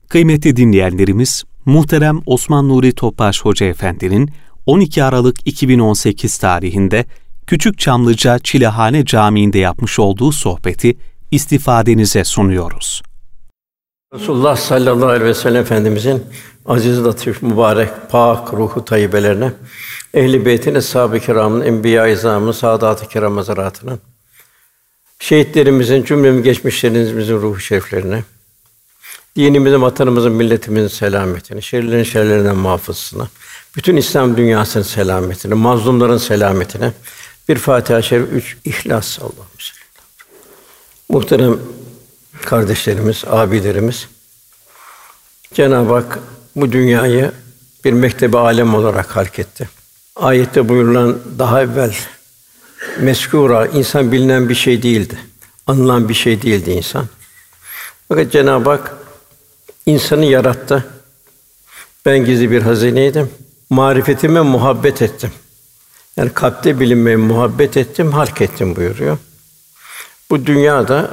Kıymetli dinleyenlerimiz, muhterem Osman Nuri Topbaş Hoca Efendi'nin 12 Aralık 2018 tarihinde Küçükçamlıca Çilehane Camii'nde yapmış olduğu sohbeti istifadenize sunuyoruz. Resulullah sallallahu aleyhi ve sellem Efendimizin aziz, latif, mübarek, pak ruhu tayyibelerine, ehl-i beytin, eshâb-ı kirâmın, enbiya-i izâmın, saadat-ı kirâm hazaratının, şehitlerimizin, cümlemiz geçmişlerimizin ruhu şeriflerine, dinimizin, vatanımızın, milletimizin selametine, şerlerin şerlerinden muhafazasına, bütün İslam dünyasının selametine, mazlumların selametine bir Fatiha-i Şerif, 3 İhlas. Allahümme salli. Muhterem kardeşlerimiz, abilerimiz, Cenab-ı Hak bu dünyayı bir mektebi alem olarak halk etti. Ayette buyurulan daha evvel meskûra, insan bilinen bir şey değildi. Anılan bir şey değildi insan. Fakat Cenab-ı Hak insanı yarattı. Ben gizli bir hazineydim. Marifetime muhabbet ettim. Yani kalpte bilinmeye muhabbet ettim, halk ettim buyuruyor. Bu dünyada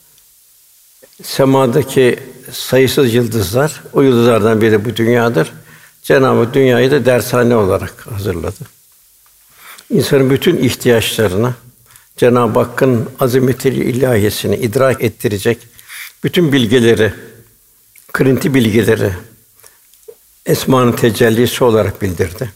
semadaki sayısız yıldızlar, o yıldızlardan biri bu dünyadır. Cenab-ı Hak dünyayı da dershane olarak hazırladı. İnsanın bütün ihtiyaçlarını Cenab-ı Hakk'ın azameti ilahiyesini idrak ettirecek bütün bilgileri, kırıntı bilgileri Esma'nın tecellisi olarak bildirdi.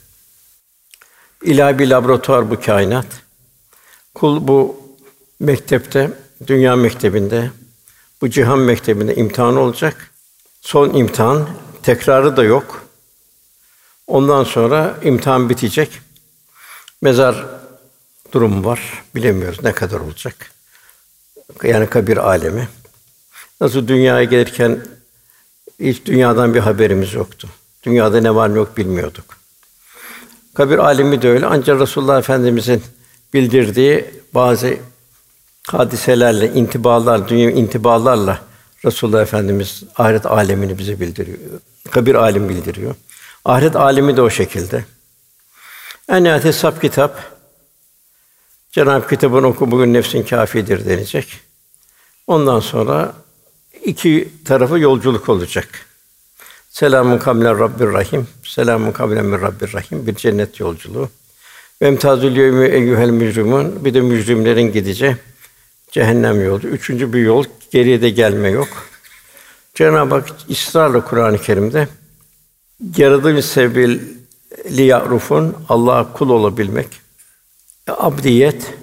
İlahi bir laboratuvar bu kainat. Kul bu mektepte, dünya mektebinde, bu cihan mektebinde imtihan olacak. Son imtihan, tekrarı da yok. Ondan sonra imtihan bitecek. Mezar durumu var. Bilemiyoruz ne kadar olacak. Yani kabir alemi. Nasıl dünyaya gelirken hiç dünyadan bir haberimiz yoktu. Dünyada ne var ne yok bilmiyorduk. Kabir alemi de öyle. Ancak Resulullah Efendimizin bildirdiği bazı hadiselerle, intibalar, dünya intibalarla Resulullah Efendimiz ahiret alemini bize bildiriyor. Kabir alemi bildiriyor. Ahiret alemi de o şekilde. En nihayet hesap kitap. Cenab-ı kitabını oku, bugün nefsin kâfidir denecek. Ondan sonra iki tarafı yolculuk olacak. Selamun kavlen Rabbir Rahim, selamun kavlen min Rabbir Rahim, bir cennet yolculuğu. Ve emtazül yevmi eyyuhel mücrimun, bir de mücrimlerin gideceği cehennem yolu. Üçüncü bir yol, geriye de gelme yok. Cenab-ı Hak ısrarla Kur'an-ı Kerim'de yaratılış sebebi li ya'rufun, Allah'a kul olabilmek, abdiyet,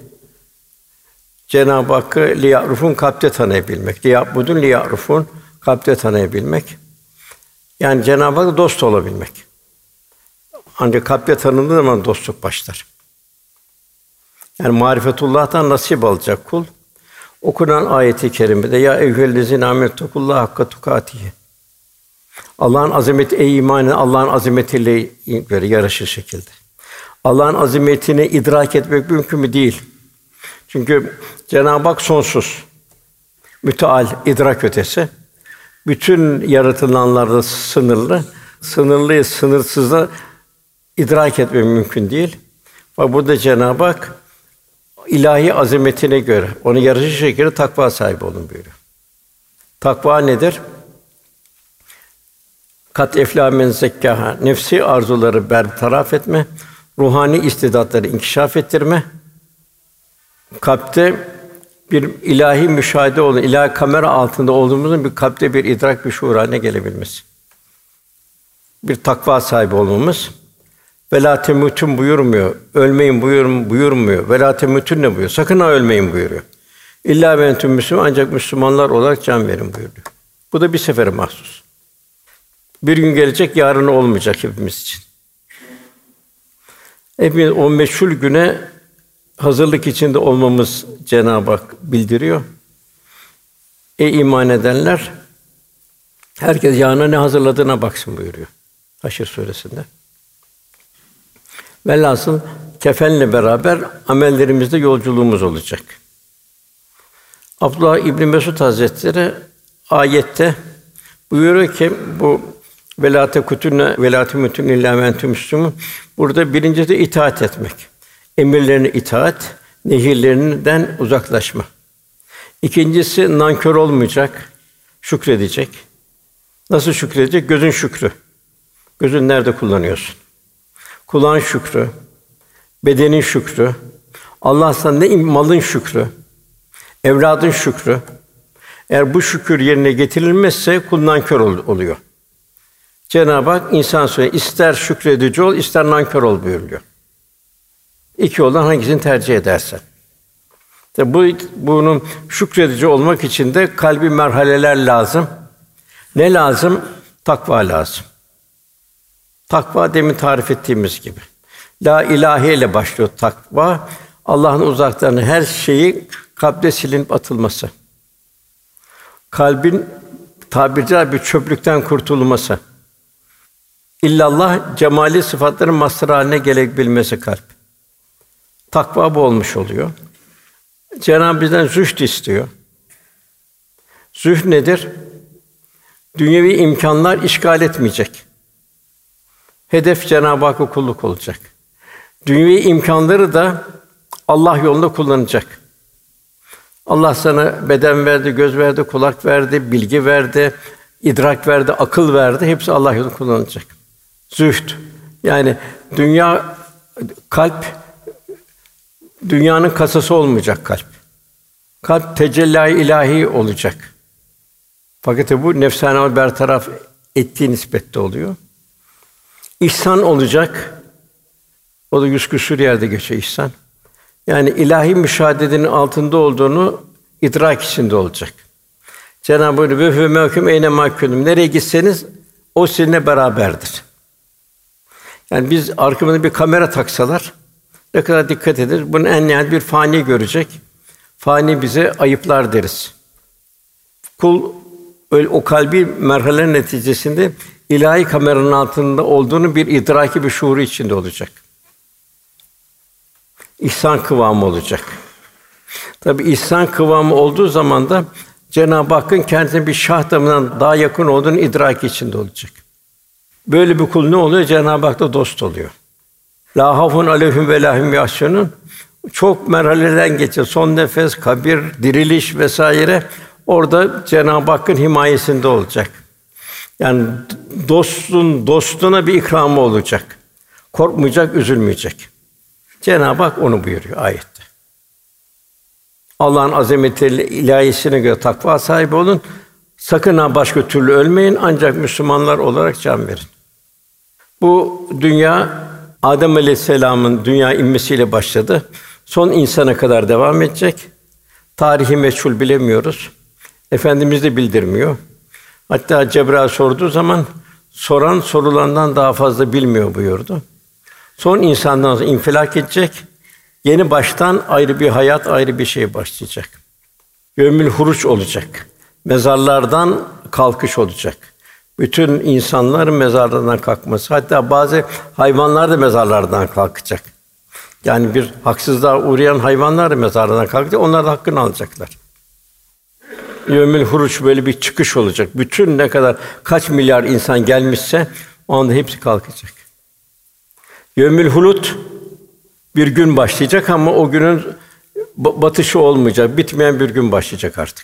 Cenab-ı Hakk'ı li ya'rufun kalpte tanıyabilmek, li ya'budun li ya'rufun kalpte tanıyabilmek. Yani Cenab-ı Hak'la dost olabilmek. Ancak kalpte tanındığı zaman dostluk başlar. Yani marifetullah'tan nasip alacak kul. Okunan ayet-i kerimede ya eyyühellezîne âmenettequllâhe hakka tukâtihi. Allah'ın azameti, ey imanı, Allah'ın azametiyle göre yaraşır şekilde. Allah'ın azametini idrak etmek mümkün mü? Değil. Çünkü Cenab-ı Hak sonsuz, müteal, idrak ötesi. Bütün yaratılanlarda sınırlı, sınırlıyı sınırsızı idrak etmek mümkün değil. Fakat burada Cenab-ı Hak ilahi azametine göre onu yaraşır şekilde takva sahibi olun buyuruyor. Takva nedir? Kat eflâ men zekkâhâ, nefsi arzuları bertaraf etme, ruhani istidatları inkişaf ettirme, kalpte bir ilahi müşahede olan, ilahi kamera altında olduğumuzun bir kalpte bir idrak, bir şuur haline gelebilmesi. Bir takva sahibi olmamız. Velâ temûtun buyurmuyor, ölmeyin buyurmuyor. Velâ temûtunne buyuruyor. Sakın ha ölmeyin buyuruyor. İllâ ve entüm Müslümûn, ancak Müslümanlar olarak can verin buyuruyor. Bu da bir sefere mahsus. Bir gün gelecek, yarın olmayacak hepimiz için. Hepimiz o meçhul güne hazırlık içinde olmamız Cenab-ı Hak bildiriyor. Ey iman edenler, herkes yarına ne hazırladığına baksın buyuruyor Haşr suresinde. Velhasıl kefenle beraber amellerimizde yolculuğumuz olacak. Abdullah İbn Mesud Hazretleri ayette buyuruyor ki bu velâ tekûtunne velâ temûtun illâ ve entüm müslümûn. Burada birincisi itaat etmek. Emirlerine itaat, nehirlerinden uzaklaşma. İkincisi nankör olmayacak, şükredecek. Nasıl şükredecek? Gözün şükrü. Gözün nerede kullanıyorsun? Kulağın şükrü, bedenin şükrü, Allah sana ne malın şükrü, evladın şükrü. Eğer bu şükür yerine getirilmezse kul nankör oluyor. Cenab-ı Hak insan söylüyor, ister şükredici ol, ister nankör ol buyuruyor. İki yoldan hangisini tercih edersen. Tabi bunun şükredici olmak için de kalbi merhaleler lazım. Ne lazım? Takva lazım. Takva demin tarif ettiğimiz gibi. La ilahe ile başlıyor takva. Allah'ın uzaklarına her şeyi kalpte silinip atılması. Kalbin tabiri caizse bir çöplükten kurtulması. İllallah cemali sıfatların mazhar haline gelebilmesi kalp. Takva bu olmuş oluyor. Cenab-ı bizden zühd istiyor. Zühd nedir? Dünyevi imkânlar işgal etmeyecek. Hedef Cenab-ı Hakk'a kulluk olacak. Dünyevi imkânları da Allah yolunda kullanacak. Allah sana beden verdi, göz verdi, kulak verdi, bilgi verdi, idrak verdi, akıl verdi. Hepsi Allah yolunda kullanılacak. Zühd. Yani dünya, kalp, dünyanın kasası olmayacak kalp. Kalp tecelli-i ilahi olacak. Fakat bu nefsânâ bertaraf ettiği nispette oluyor. İhsan olacak. O da 100 küsur yerde geçiyor ihsan. Yani ilahi müşahedenin altında olduğunu idrak içinde olacak. Cenab-ı Hak ve mevkûm eyne mâkûnûm. Nereye gitseniz o sizinle beraberdir. Yani biz arkamızda bir kamera taksalar ne kadar dikkat ederiz. Bunun en nihayet bir fani görecek. Fani bize ayıplar deriz. Kul o kalbi merhaleler neticesinde ilahi kameranın altında olduğunu bir idraki bir şuuru içinde olacak. İhsan kıvamı olacak. Tabii ihsan kıvamı olduğu zaman da Cenab-ı Hakk'ın kendisine bir şah damarından daha yakın olduğunu idraki içinde olacak. Böyle bir kul ne oluyor? Cenab-ı Hak'la dost oluyor. La hafun aleyhim ve la hum yahzunun. Çok merhalelerden geçiyor. Son nefes, kabir, diriliş vesaire. Orada Cenab-ı Hakk'ın himayesinde olacak. Yani dostuna bir ikramı olacak. Korkmayacak, üzülmeyecek. Cenab-ı Hak onu buyuruyor ayette. Allah'ın azametiyle ilahisine göre takva sahibi olun. Sakın ha başka türlü ölmeyin ancak Müslümanlar olarak can verin. Bu dünya Adem Aleyhisselam'ın dünya inmesiyle başladı. Son insana kadar devam edecek. Tarihi meçhul bilemiyoruz. Efendimiz de bildirmiyor. Hatta Cebrail sorduğu zaman soran sorulandan daha fazla bilmiyor buyurdu. Son insandan sonra infilak edecek. Yeni baştan ayrı bir hayat, ayrı bir şey başlayacak. Yevmül huruç olacak. Mezarlardan kalkış olacak. Bütün insanların mezarlardan kalkması, hatta bazı hayvanlar da mezarlardan kalkacak. Yani bir haksızlığa uğrayan hayvanlar da mezarlardan kalkacak, onlar da hakkını alacaklar. Yevmül huruç böyle bir çıkış olacak. Bütün ne kadar kaç milyar insan gelmişse o anda hepsi kalkacak. Yevmül hulut bir gün başlayacak ama o günün batışı olmayacak. Bitmeyen bir gün başlayacak artık.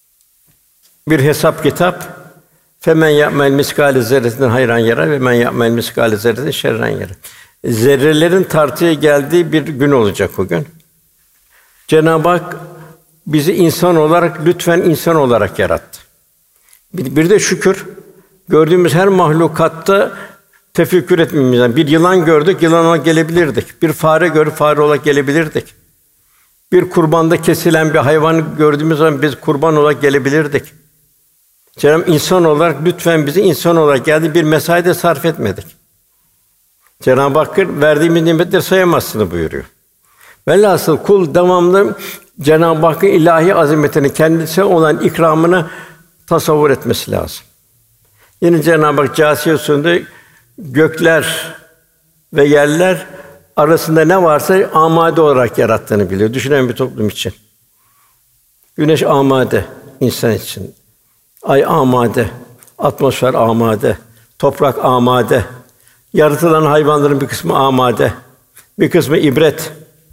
Bir hesap kitap. Femen ya'mel miskâle zerretin hayran yara ve men ya'mel miskâle zerretin şerren yara. Zerrelerin tartıya geldiği bir gün olacak o gün. Cenab-ı Hak bizi insan olarak, lütfen insan olarak yarattı. Bir de şükür, gördüğümüz her mahlukatta tefekkür etmemiz lazım. Bir yılan gördük, yılan olarak gelebilirdik. Bir fare gördük, fare olarak gelebilirdik. Bir kurbanda kesilen bir hayvanı gördüğümüz zaman biz kurban olarak gelebilirdik. Cenab-ı insan olarak lütfen bizi insan olarak geldi, bir mesai de sarf etmedik. Cenab-ı Hakk'ın verdiğimiz nimetleri sayamazsınız buyuruyor. Velhasıl kul devamlı Cenab-ı Hakk'ın ilahi azametini, kendisine olan ikramını tasavvur etmesi lazım. Yine Cenab-ı Hak Câsiye Sûresinde gökler ve yerler arasında ne varsa amade olarak yarattığını biliyor. Düşünen bir toplum için. Güneş amade insan için. Ay amade, atmosfer amade, toprak amade. Yaratılan hayvanların bir kısmı amade, bir kısmı ibret.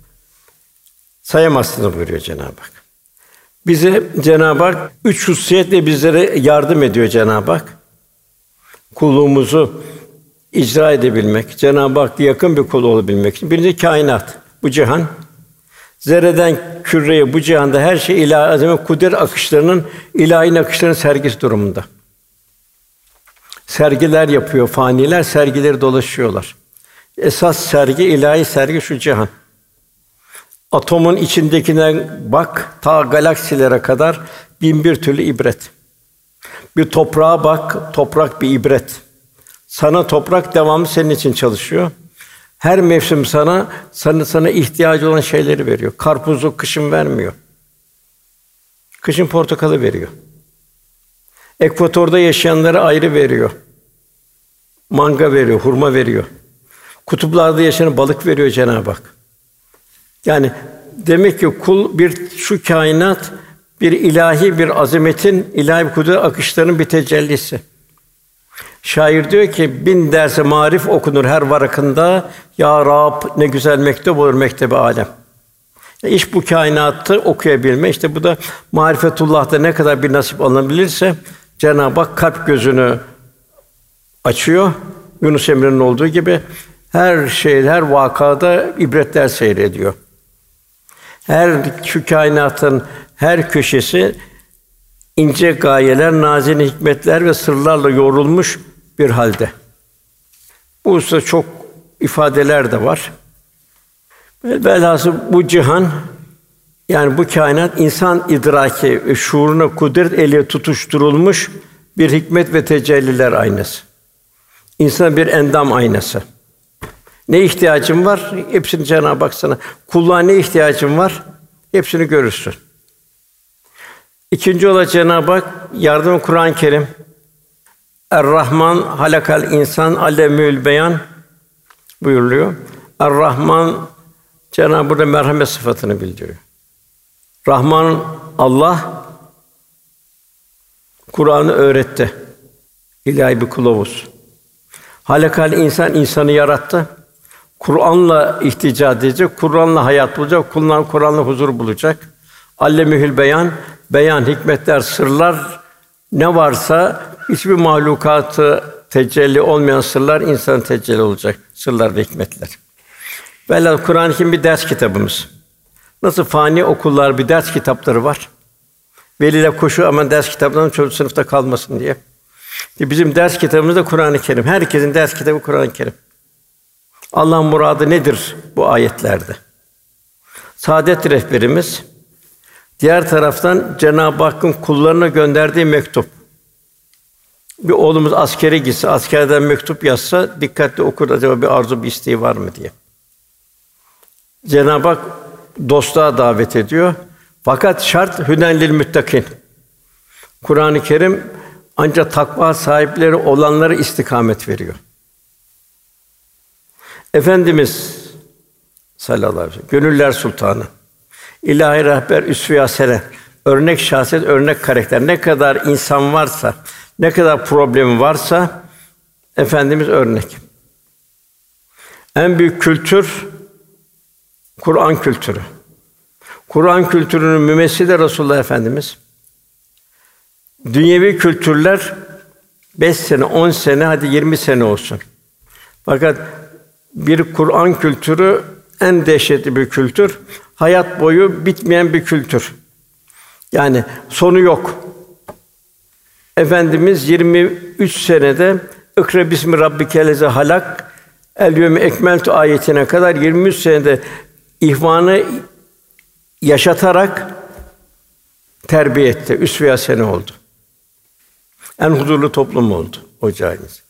Sayamazsınız buyuruyor Cenab-ı Hak. Bize Cenab-ı Hak 3 hususiyetle bizlere yardım ediyor Cenab-ı Hak. kulluğumuzu icra edebilmek, Cenab-ı Hakk'a yakın bir kul olabilmek için birincisi kainat, bu cihan. Zerreden küreye bu cihanda her şey ilahi azamet kudret akışlarının ilahi akışlarının sergisi durumunda. Sergiler yapıyor faniler, sergileri dolaşıyorlar. Esas sergi, ilahi sergi şu cihan. Atomun içindekine bak, ta galaksilere kadar bin bir türlü ibret. Bir toprağa bak, toprak bir ibret. Sana toprak devamlı senin için çalışıyor. Her mevsim sana ihtiyacı olan şeyleri veriyor. Karpuzu kışın vermiyor. Kışın portakalı veriyor. Ekvatorda yaşayanlara ayrı veriyor. Manga veriyor, hurma veriyor. Kutuplarda yaşayan balık veriyor Cenab-ı Hak. Yani demek ki kul şu kainat bir ilahi bir azametin, ilahi bir kudret akışlarının bir tecellisi. Şair diyor ki, 1000 derse marif okunur her varakında, ya Rab ne güzel mektep olur mektebi alem. İş bu kainatı okuyabilme, işte bu da marifetullah'ta ne kadar bir nasip alınabilirse Cenab-ı Hak kalp gözünü açıyor. Yunus Emre'nin olduğu gibi her şey, her vakada ibretler seyrediyor. Şu kainatın her köşesi ince gayeler, nazik hikmetler ve sırlarla yoğrulmuş bir halde. Bu hususta çok ifadeler de var. Velhasıl bu cihan, yani bu kainat insan idraki ve şuuruna kudret eliyle tutuşturulmuş bir hikmet ve tecelliler aynası. İnsan bir endam aynası. Ne ihtiyacın var? Hepsini Cenab-ı Hak sana. Kulluğa ne ihtiyacın var? Hepsini görürsün. İkinci olarak Cenab-ı Hak yardımı Kur'an-ı Kerim. Er-Rahman halakal insan allemül beyan buyuruluyor. Er-Rahman Cenab-ı Hak burada merhamet sıfatını bildiriyor. Rahman Allah Kur'an'ı öğretti. İlahi bir kılavuz. Halakal insan insanı yarattı. Kur'an'la ihtica edecek, Kur'an'la hayat bulacak, Kur'an'la huzur bulacak. Allemühül beyan, hikmetler, sırlar ne varsa hiçbir mahlukatı tecelli olmayan sırlar insan tecelli olacak. Sırlar ve hikmetler. Velhâsıl Kur'an-ı Kerim bir ders kitabımız. Nasıl fani okullar bir ders kitapları var. Veliler koşuyor ama ders kitaplarının çocuk sınıfta kalmasın diye. Bizim ders kitabımız da Kur'an-ı Kerim. Herkesin ders kitabı Kur'an-ı Kerim. Allah'ın muradı nedir bu ayetlerde? Saadet rehberimiz, diğer taraftan Cenab-ı Hakk'ın kullarına gönderdiği mektup. Bir oğlumuz askere gitse, askerden mektup yazsa dikkatli okur, acaba bir arzu, bir isteği var mı diye. Cenab-ı Hak dostluğa davet ediyor. Fakat şart hüden lil muttakin. Kur'an-ı Kerim ancak takva sahipleri olanlara istikamet veriyor. Efendimiz sallallahu aleyhi ve sellem gönüller sultanı, ilahi rehber, üsve-i hasene, örnek şahsiyet, örnek karakter. Ne kadar insan varsa, ne kadar problemi varsa Efendimiz örnek. En büyük kültür Kur'an kültürü. Kur'an kültürünün mümessili Resulullah Efendimiz. Dünyevi kültürler 5 sene, 10 sene, hadi 20 sene olsun. Fakat bir Kur'an kültürü en dehşetli bir kültür. Hayat boyu bitmeyen bir kültür. Yani sonu yok. Efendimiz 23 senede İkra bismi rabbikellezî halak el yevme ekmeltu ayetine kadar 23 senede ihvanı yaşatarak terbiye etti. Üsve-i hasene oldu. En huzurlu toplum oldu o cahiliz.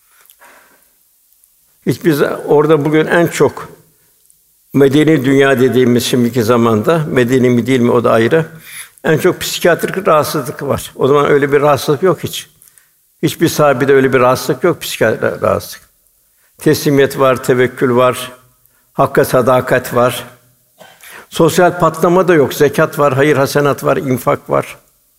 Orada bugün en çok medeni dünya dediğimiz şimdiki zamanda, medeni mi değil mi o da ayrı. En çok psikiyatrik rahatsızlık var. O zaman öyle bir rahatsızlık yok hiç. Hiçbir sahabede öyle bir rahatsızlık yok, psikiyatrik rahatsızlık. Teslimiyet var, tevekkül var, hakka sadakat var. Sosyal patlama da yok. Zekat var, hayır hasenat var, infak var.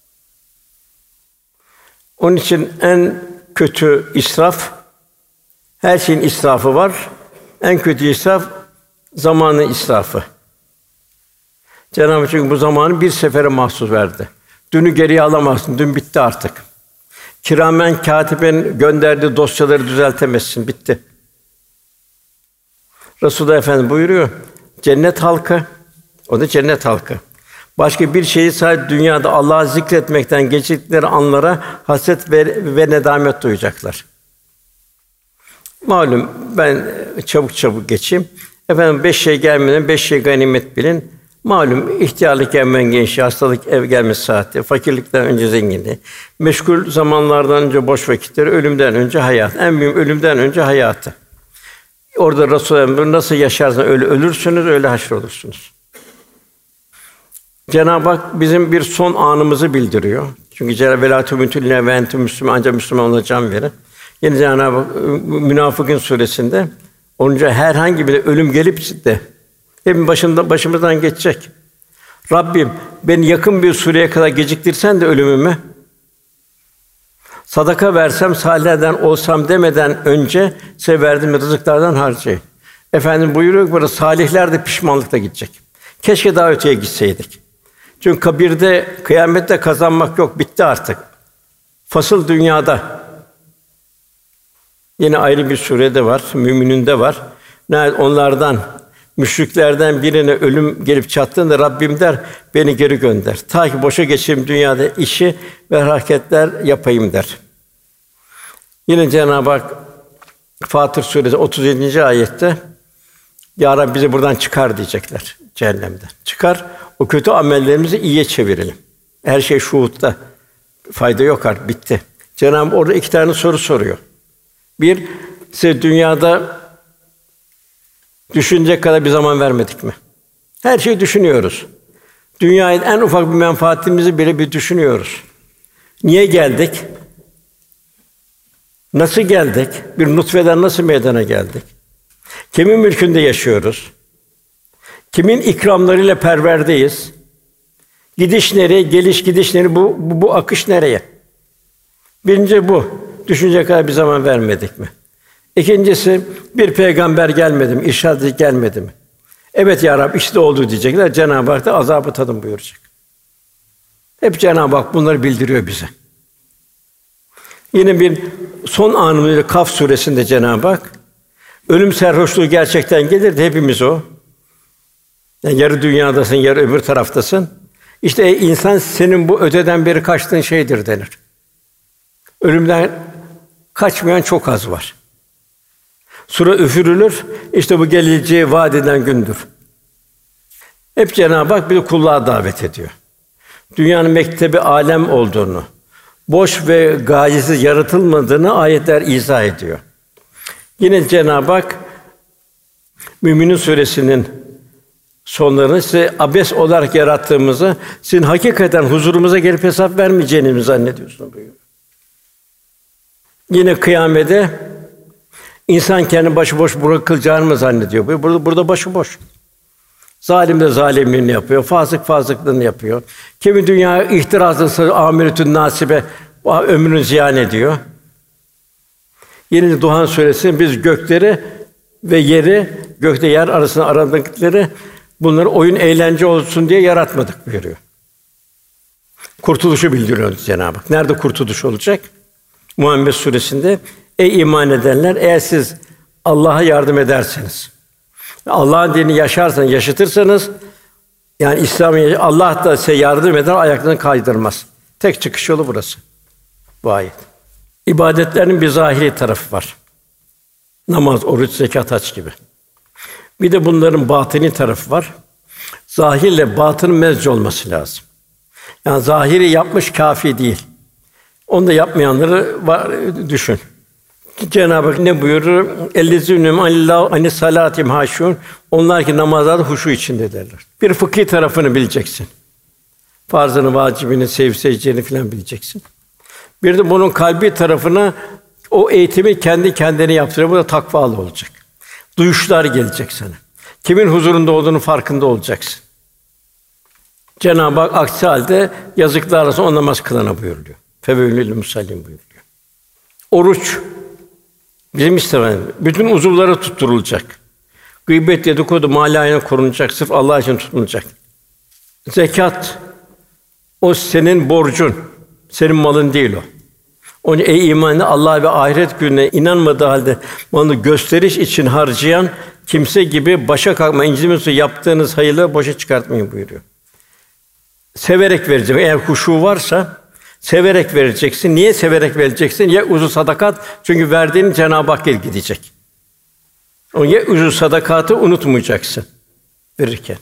Onun için en kötü israf, her şeyin israfı var. En kötü israf zamanın israfı. Cenab-ı Hak çünkü bu zamanı bir sefere mahsus verdi. Dünü geriye alamazsın. Dün bitti artık. Kiramen kâtibenin gönderdiği dosyaları düzeltemezsin, bitti. Resulullah Efendimiz buyuruyor, cennet halkı, o da cennet halkı. Başka bir şeyi sadece dünyada Allah'ı zikretmekten geçirdikleri anlara hasret ve nedamet duyacaklar. Malum, ben çabuk geçeyim. Efendim 5 şey gelmeden 5 şey ganimet bilin. Malum, ihtiyarlık gelmeyen gençliği, hastalık ev gelme saati, fakirlikten önce zenginliği, meşgul zamanlardan önce boş vakitleri, ölümden önce hayat. En büyük ölümden önce hayatı. Orada Resulullah nasıl yaşarsanız öyle ölürsünüz, öyle haşrolursunuz. Cenab-ı Hak bizim bir son anımızı bildiriyor. Çünkü Cenab-ı Velâ ve entüm Müslümûn, ancak Müslüman olana can verin. Yine Cenab-ı Hak Münafıkîn suresinde onca herhangi bir ölüm gelip de hepimiz başımızdan geçecek. Rabbim, beni yakın bir süreye kadar geciktirsen de ölümümü, sadaka versem, salihlerden olsam demeden önce size verdiğim rızıklardan harcayın. Efendim buyuruyor ki burada salihler de pişmanlıkla gidecek. Keşke daha öteye gitseydik. Çünkü kabirde, kıyamette kazanmak yok, bitti artık. Fasıl dünyada. Yine ayrı bir surede var, Müminun'da var. Onlardan, müşriklerden birine ölüm gelip çattığında Rabbim der, beni geri gönder. Ta ki boşa geçeyim dünyada işi ve hareketler yapayım der. Yine Cenab-ı Hak Fatır suresi 37. ayette Ya Rabbi bizi buradan çıkar diyecekler cehennemden. Çıkar, o kötü amellerimizi iyiye çevirelim. Her şey şuhutta. Fayda yok artık, bitti. Cenab-ı Hak orada 2 tane soru soruyor. Bir, size dünyada düşünecek kadar bir zaman vermedik mi? Her şeyi düşünüyoruz. Dünyaya en ufak bir menfaatimizi bile bir düşünüyoruz. Niye geldik? Nasıl geldik? Bir nutfeden nasıl meydana geldik? Kimin mülkünde yaşıyoruz? Kimin ikramlarıyla perverdeyiz? Gidiş nereye? Geliş gidiş nereye? Bu akış nereye? Birinci bu. Düşünecek kadar bir zaman vermedik mi? İkincisi, bir peygamber gelmedi mi? İrşad gelmedi mi? Evet ya Rabbi, işte oldu diyecekler. Cenab-ı Hak da azabı tadın buyuracak. Hep Cenab-ı Hak bunları bildiriyor bize. Yine bir son anımızda Kaf suresinde Cenab-ı Hak ölüm serhoşluğu gerçekten gelir de hepimiz o. Yani yarı dünyadasın, yarı öbür taraftasın. İşte ey insan, senin bu öteden beri kaçtığın şeydir denir. Ölümden kaçmayan çok az var. Sura üfürülür, işte bu geleceği vaat eden gündür. Hep Cenab-ı Hak bizi kulluğa davet ediyor. Dünyanın mektebi alem olduğunu, boş ve gayesiz yaratılmadığını ayetler izah ediyor. Yine Cenab-ı Hak Müminun suresinin sonlarını size abes olarak yarattığımızı, sizin hakikaten huzurumuza gelip hesap vermeyeceğinizi zannediyorsunuz buyuruyor. Yine kıyamete insan kendini başıboş bırakılacağını mı zannediyor? Burada başıboş. Zalim de zalimliğini yapıyor, fasık fasıklığını yapıyor. Kimi dünya ihtirazlısı amiretün nasibe ömrünü ziyan ediyor. Yine Duhan suresinde biz gökleri ve yeri, gökte yer arasında aradıkları bunları oyun eğlence olsun diye yaratmadık buyuruyor. Kurtuluşu bildiriyor Cenab-ı Hak. Nerede kurtuluş olacak? Muhammed suresinde ey iman edenler, eğer siz Allah'a yardım ederseniz, Allah'ın dinini yaşarsanız, yaşatırsanız, yani İslam'ı Allah da size yardım eder, ayaklarını kaydırmaz. Tek çıkış yolu burası. Bu ayet. İbadetlerin bir zahiri tarafı var. Namaz, oruç, zekat, hac gibi. Bir de bunların batini tarafı var. Zahirle batının mezc olması lazım. Yani zahiri yapmış kâfi değil. Onu da yapmayanları var, düşün. Cenab-ı Hak ne buyurur? "Ellezînehum anis salâtim haşûn." Onlar ki namazlarda huşu içinde derler. Bir fıkhi tarafını bileceksin. Farzını, vacibini, sevseyeceğini filan bileceksin. Bir de bunun kalbi tarafına o eğitimi kendi kendine yaptırıyor. Bu da takvalı olacak. Duyuşlar gelecek sana. Kimin huzurunda olduğunu farkında olacaksın. Cenab-ı Hak aksi halde yazıklar olsun o namaz kılana buyuruyor. Feveylül musallin buyuruyor. Oruç bizim istememiz. Bütün uzuvlara tutturulacak. Gıybet, dedikodu, mal-i korunacak. Sırf Allah için tutulacak. Zekat o senin borcun. Senin malın değil o. Onu imanı Allah ve ahiret gününe inanmadığı halde onu gösteriş için harcayan kimse gibi başa kalkma, İncil yaptığınız hayırları boşa çıkartmayın buyuruyor. Severek vereceksin. Eğer huşu varsa severek vereceksin. Niye severek vereceksin? Ya uzu sadakat, çünkü verdiğin Cenab-ı Hakk'a gidecek. O ya uzu sadakatı unutmayacaksın verirken.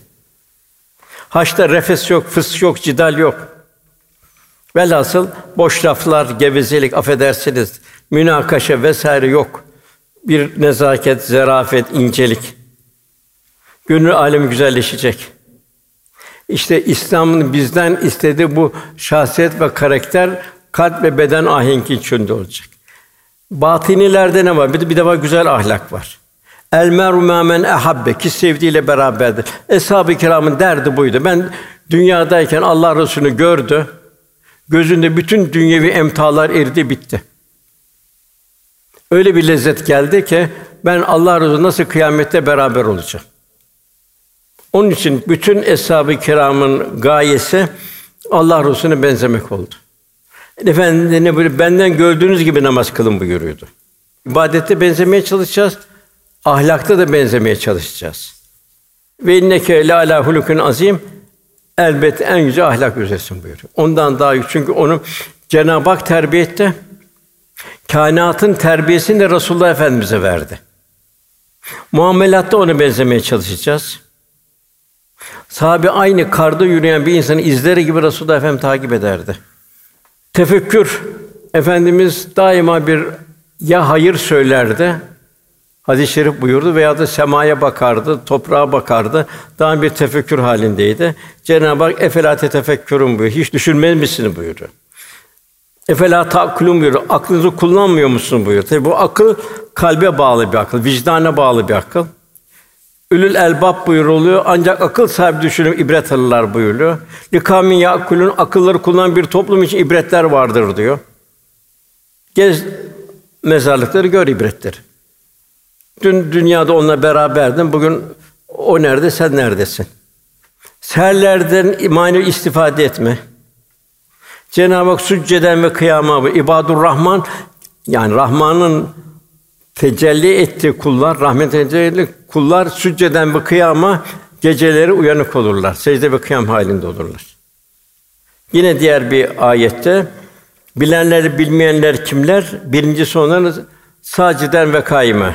Haçta refes yok, fısk yok, cidal yok. Velhasıl boş laflar, gevezelik, affedersiniz, münakaşa vesaire yok. Bir nezaket, zarafet, incelik. Gönül alemi güzelleşecek. İşte İslam'ın bizden istediği bu şahsiyet ve karakter kalp ve beden ahengi içinde olacak. Batînilerde ne var? Bir defa güzel ahlak var. El meru mâ men ehabbe, ki sevdiğiyle beraberdir. Eshab-ı kiramın derdi buydu. Ben dünyadayken Allah Resulü'nü gördü. Gözünde bütün dünyevi emtalar eridi, bitti. Öyle bir lezzet geldi ki ben Allah Resulü nasıl kıyamette beraber olacağım. Onun için bütün eshab-ı kiramın gayesi Allah Resulüne benzemek oldu. Efendimiz böyle benden gördüğünüz gibi namaz kılın buyuruyordu. İbadette benzemeye çalışacağız, ahlakta da benzemeye çalışacağız. Ve inneke le alâ hulukun azîm, elbette en yüce ahlak üzeresin buyuruyor. Ondan daha yüksek, çünkü onu Cenab-ı Hak terbiye etti. Kainatın terbiyesini de Resulullah Efendimize verdi. Muamelatta ona benzemeye çalışacağız. Sahabe aynı karda yürüyen bir insanın izleri gibi Resulullah Efendimiz takip ederdi. Tefekkür, Efendimiz daima bir ya hayır söylerdi, hadis-i şerif buyurdu, veya da semaya bakardı, toprağa bakardı. Daima bir tefekkür halindeydi. Cenab-ı Hak "Efelâ tetefekkürûn" buyuruyor. Hiç düşünmez misiniz buyuruyor. "Efelâ ta'kulûn" buyuruyor. Aklınızı kullanmıyor musunuz buyuruyor. Tabii bu akıl kalbe bağlı bir akıl, vicdana bağlı bir akıl. Ülül elbab buyuruluyor. Ancak akıl sahibi düşünüp ibret alırlar buyuruyor. "Likâmin ya'kulûn", akılları kullanan bir toplum için ibretler vardır diyor. Gez mezarlıkları, gör ibretleri. Dün dünyada onunla beraberdin, bugün o nerede, sen neredesin? Seherlerden manevi istifade etme. Cenab-ı Hak sücceden ve kıyama, ibadur Rahman, yani Rahman'ın tecelli ettiği kullar, rahmet tecelli kullar sücceden ve kıyama geceleri uyanık olurlar. Secde ve kıyam halinde olurlar. Yine diğer bir ayette bilenler bilmeyenler kimler? Birincisi onların sâciden ve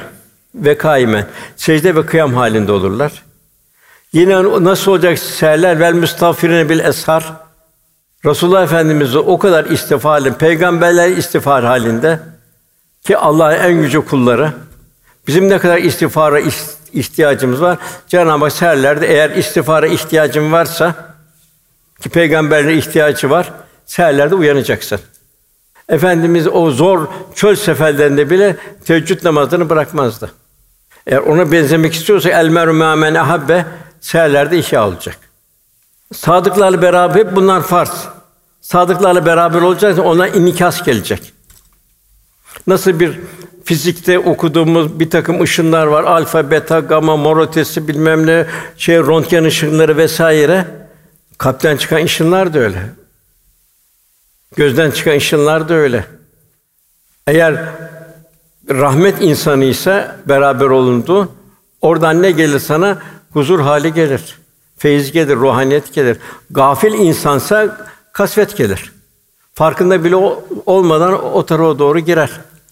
kâime secde ve kıyam halinde olurlar. Yine nasıl olacak seherler? Vel müstağfirine bil eshar. Resulullah Efendimiz o kadar istiğfar, peygamberler istiğfar halinde ki Allah'ın en yüce kulları. Bizim ne kadar istiğfara ihtiyacımız var. Cenab-ı Hak seherlerde eğer istiğfara ihtiyacın varsa, ki peygamberlerin ihtiyacı var, seherlerde uyanacaksın. Efendimiz o zor çöl seferlerinde bile teheccüd namazını bırakmazdı. Eğer ona benzemek istiyorsa el meru mâ men ehabbe, seherlerde ihya olacak. Sadıklarla beraber, hep bunlar farz. Sadıklarla beraber olacaksa ona inikas gelecek. Nasıl bir fizikte okuduğumuz bir takım ışınlar var. Alfa, beta, gama, mor ötesi, bilmem ne, röntgen ışınları vesaire. Kalpten çıkan ışınlar da öyle. Gözden çıkan ışınlar da öyle. Eğer rahmet insanıysa beraber olundu, oradan ne gelir sana? Huzur hali gelir. Feyiz gelir, ruhaniyet gelir. Gafil insansa kasvet gelir. Farkında bile olmadan o tarafa doğru girer.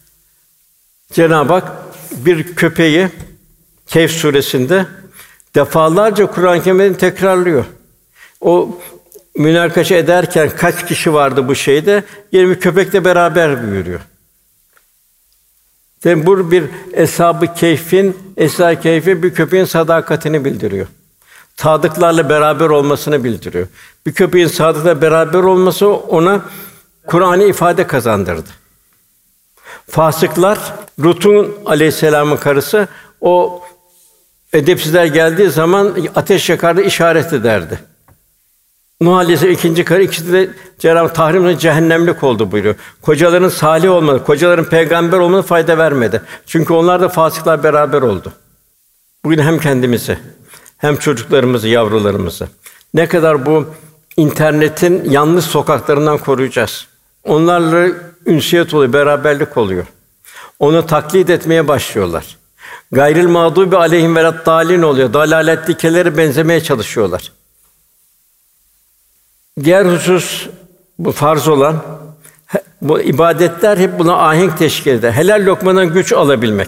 Cenab-ı Hak bir köpeği Kehf suresinde defalarca Kur'an-ı Kerim'i tekrarlıyor. O münakaşa ederken kaç kişi vardı bu şeyde? Yine bir köpekle beraber buyuruyor. Demek bu bir eshab-ı kehfin bir köpeğin sadakatini bildiriyor. Sadıklarla beraber olmasını bildiriyor. Bir köpeğin sadıklarla beraber olması ona Kur'an'ı ifade kazandırdı. Fasıklar, Lut'un aleyhisselamın karısı, o edepsizler geldiği zaman ateş yakardı, işaret ederdi. Nuh Aleyhisselam ikinci karı, ikisi de Cenab-ı tahrimle cehennemlik oldu buyuruyor. Kocaların salih olmadı, kocaların peygamber olmadı fayda vermedi. Çünkü onlar da fasıklar beraber oldu. Bugün hem kendimizi, hem çocuklarımızı, yavrularımızı ne kadar bu internetin yanlış sokaklarından koruyacağız. Onlarla ünsiyet oluyor, beraberlik oluyor. Onu taklit etmeye başlıyorlar. Gayril mağdubi aleyhim veleddâlin oluyor. Dalaletlikelere benzemeye çalışıyorlar. Diğer husus, bu farz olan, bu ibadetler hep buna ahenk teşkil eder. Helal lokmadan güç alabilmek.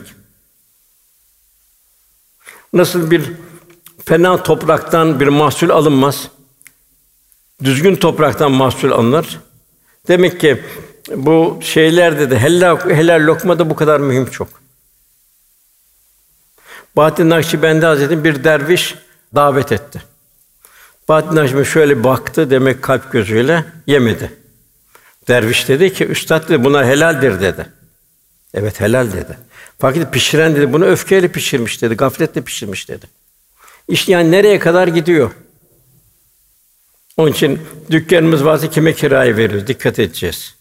Nasıl bir fena topraktan bir mahsul alınmaz, düzgün topraktan mahsul alınır. Demek ki bu şeylerde de helal lokma da bu kadar mühim çok. Bahattin Nakşibendi Hazretleri bir derviş davet etti. Bahattin Nakşibendi şöyle baktı, demek kalp gözüyle yemedi. Derviş dedi ki, üstad dedi, buna helaldir dedi. Evet, helal dedi. Fakat pişiren dedi, bunu öfkeyle pişirmiş dedi, gafletle pişirmiş dedi. İş yani nereye kadar gidiyor? Onun için dükkanımız varsa kime kiraya veriyoruz? Dikkat edeceğiz.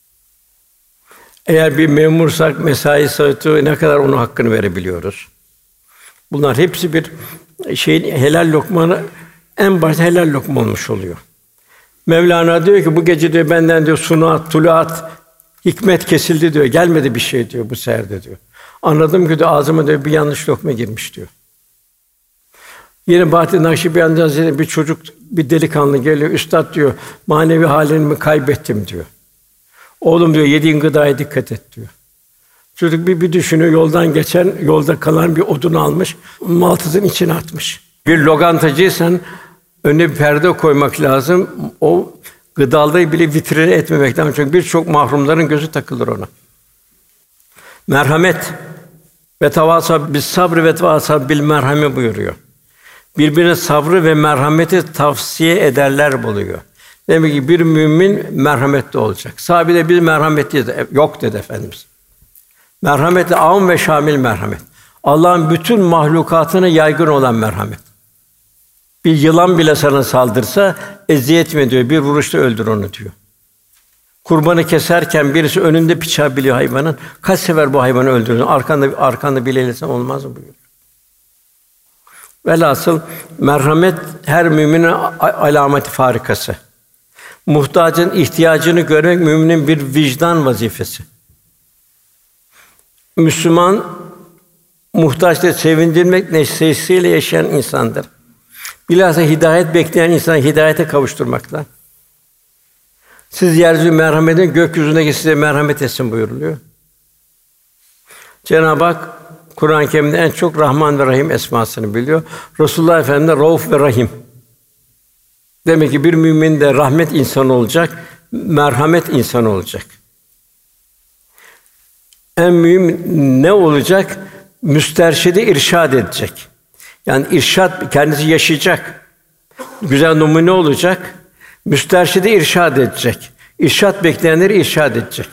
Eğer bir memursak mesai saati ne kadar onun hakkını verebiliyoruz? Bunlar hepsi bir şeyin helal lokmanı en başta helal lokma olmuş oluyor. Mevlana diyor ki bu gece diyor benden diyor sunuat, tuluat, hikmet kesildi diyor. Gelmedi bir şey diyor bu seherde diyor. Anladım ki diyor ağzıma diyor bir yanlış lokma girmiş diyor. Yine Bahattin Nakşibendi Hazretleri bir çocuk, bir delikanlı geliyor. Üstad diyor, manevi halimi kaybettim diyor. Oğlum diyor, yediğin gıdaya dikkat et diyor. Çocuk bir düşünüyor, yoldan geçen, yolda kalan bir odun almış, maltızın içine atmış. Bir lokantacıysan önüne bir perde koymak lazım. O gıdaları bile vitrine etmemek lazım. Çünkü birçok mahrumların gözü takılır ona. Merhamet ve tevâsâ bis sabr ve tevâsâ bil merhame buyuruyor. Birbirine sabrı ve merhameti tavsiye ederler buluyor. Demek ki bir mümin merhametli olacak. Sahabede biz merhametliyiz. Yok dedi Efendimiz. Merhamet âm ve şamil merhamet. Allah'ın bütün mahlukatına yaygın olan merhamet. Bir yılan bile sana saldırsa eziyet mi diyor, bir vuruşta öldür onu diyor. Kurbanı keserken birisi önünde bıçağı biliyor hayvanın. Kaç sefer bu hayvanı öldürdün? Arkanda bile eylesen olmaz mı buyuruyor. Velhasıl merhamet her müminin alameti farikası. Muhtacın ihtiyacını görmek müminin bir vicdan vazifesi. Müslüman muhtaçları sevindirmek neşesiyle yaşayan insandır. Bilhassa hidayet bekleyen insanı hidayete kavuşturmakla. Siz yeryüzü merhamet edin, gökyüzündeki size merhamet etsin buyuruluyor. Cenab-ı Hak Kur'an-ı Kerim'de en çok Rahman ve Rahim esmasını biliyor. Resulullah Efendimiz de Rauf ve Rahim. Demek ki bir mümin de rahmet insanı olacak, merhamet insanı olacak. En mühim ne olacak? Müsterşidi irşad edecek. Yani irşad kendisi yaşayacak. Güzel numune olacak. Müsterşidi irşad edecek. İrşad bekleyenleri irşad edecek.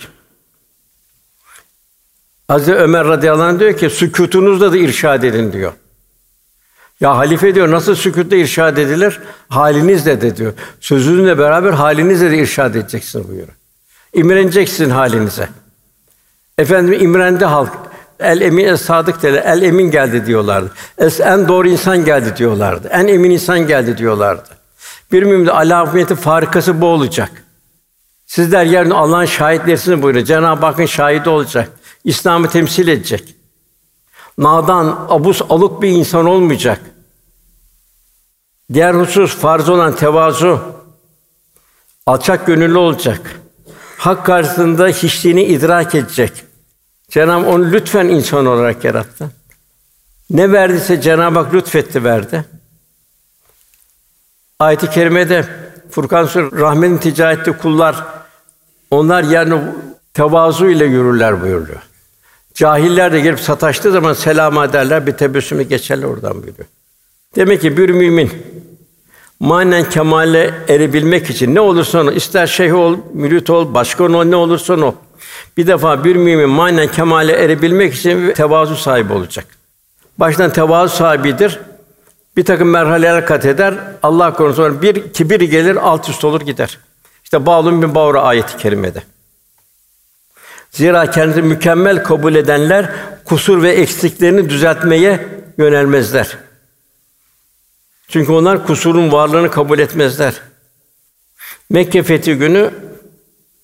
Hazreti Ömer radıyallahu anh diyor ki sükûtunuzla da irşad edin diyor. Ya halife diyor nasıl sükûtla irşad edilir? Halinizle de diyor. Sözünüzle beraber halinizle de irşad edeceksin buyuruyor. İmreneceksin halinize. Efendim imrendi halk. El emin es sadık derler. El emin geldi diyorlardı. En doğru insan geldi diyorlardı. En emin insan geldi diyorlardı. Bir mümin de alameti farikası bu olacak. Sizler yarın Allah'ın şahitlerisiniz buyuruyor. Cenab-ı Hakk'ın şahidi olacak. İslam'ı temsil edecek. Nadan, abus, alık bir insan olmayacak. Diğer husus farz olan tevazu. Alçak gönüllü olacak. Hak karşısında hiçliğini idrak edecek. Cenab-ı Hak onu lütfen insan olarak yarattı. Ne verdiyse Cenab-ı Hak lütfetti verdi. Ayet-i kerimede Furkan Suresi rahmetin ticarette kullar onlar yani tevazu ile yürürler buyuruyor. Cahiller de gelip sataştığı zaman selam ederler, bir tebessümle geçerler oradan buyuruyor. Demek ki bir mümin manen kemale erebilmek için ne olursa ol, ister şeyh ol, mürit ol, başkan ol, ne olursa ol. Bir defa bir mümin manen kemale erebilmek için tevazu sahibi olacak. Baştan tevazu sahibidir. Bir takım merhaleler kat eder. Allah korusun bir kibir gelir, alt üst olur gider. İşte Bağlum bin Bağra ayet-i kerimede. Zira kendini mükemmel kabul edenler kusur ve eksiklerini düzeltmeye yönelmezler. Çünkü onlar kusurun varlığını kabul etmezler. Mekke fethi günü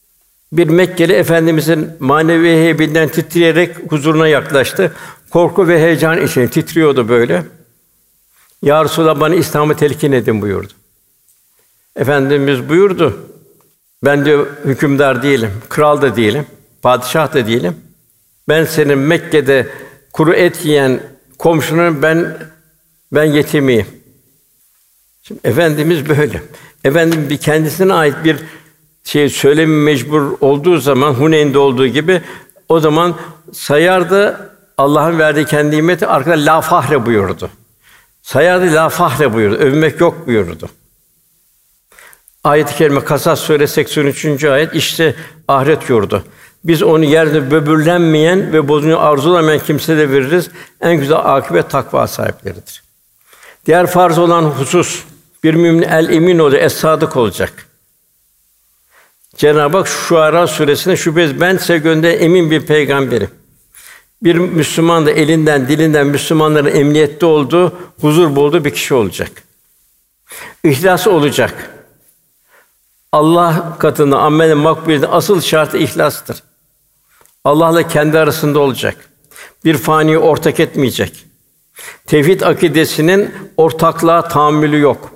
Bir Mekkeli Efendimizin manevi heybinden titreyerek huzuruna yaklaştı. Korku ve heyecan içinde titriyordu böyle. "Ya Resulallah, bana İslam'ı telkin edin." buyurdu. Efendimiz buyurdu. "Ben diyor hükümdar değilim, kral da değilim, padişah da değilim. Ben senin Mekke'de kuru et yiyen komşunun ben yetimiyim." Şimdi Efendimiz böyle. Efendimiz bir kendisine ait bir şey söylemeye mecbur olduğu zaman Huneyn'de olduğu gibi o zaman sayardı, Allah'ın verdiği kendi nimeti, arkada la fahre buyurdu. Sayardı, la fahre buyurdu. Övünmek yok buyurdu. Ayet-i kerime Kasas suresi 83. ayet, işte ahiret yurdu. Biz onu yerde böbürlenmeyen ve bozuncu arzulamayan kimselere veririz. En güzel akıbet takva sahipleridir. Diğer farz olan husus, bir mümin el-emin olacak, es-sadık olacak. Cenab-ı Hak Şuara suresinde şüphesiz ben size gönderdiğim emin bir peygamberim. Bir Müslüman da elinden, dilinden Müslümanların emniyette olduğu, huzur bulduğu bir kişi olacak. İhlas olacak. Allah katında amel makbuliyeti asıl şartı ihlastır. Allah'la kendi arasında olacak. Bir faniyi ortak etmeyecek. Tevhid akidesinin ortaklığa tahammülü yok.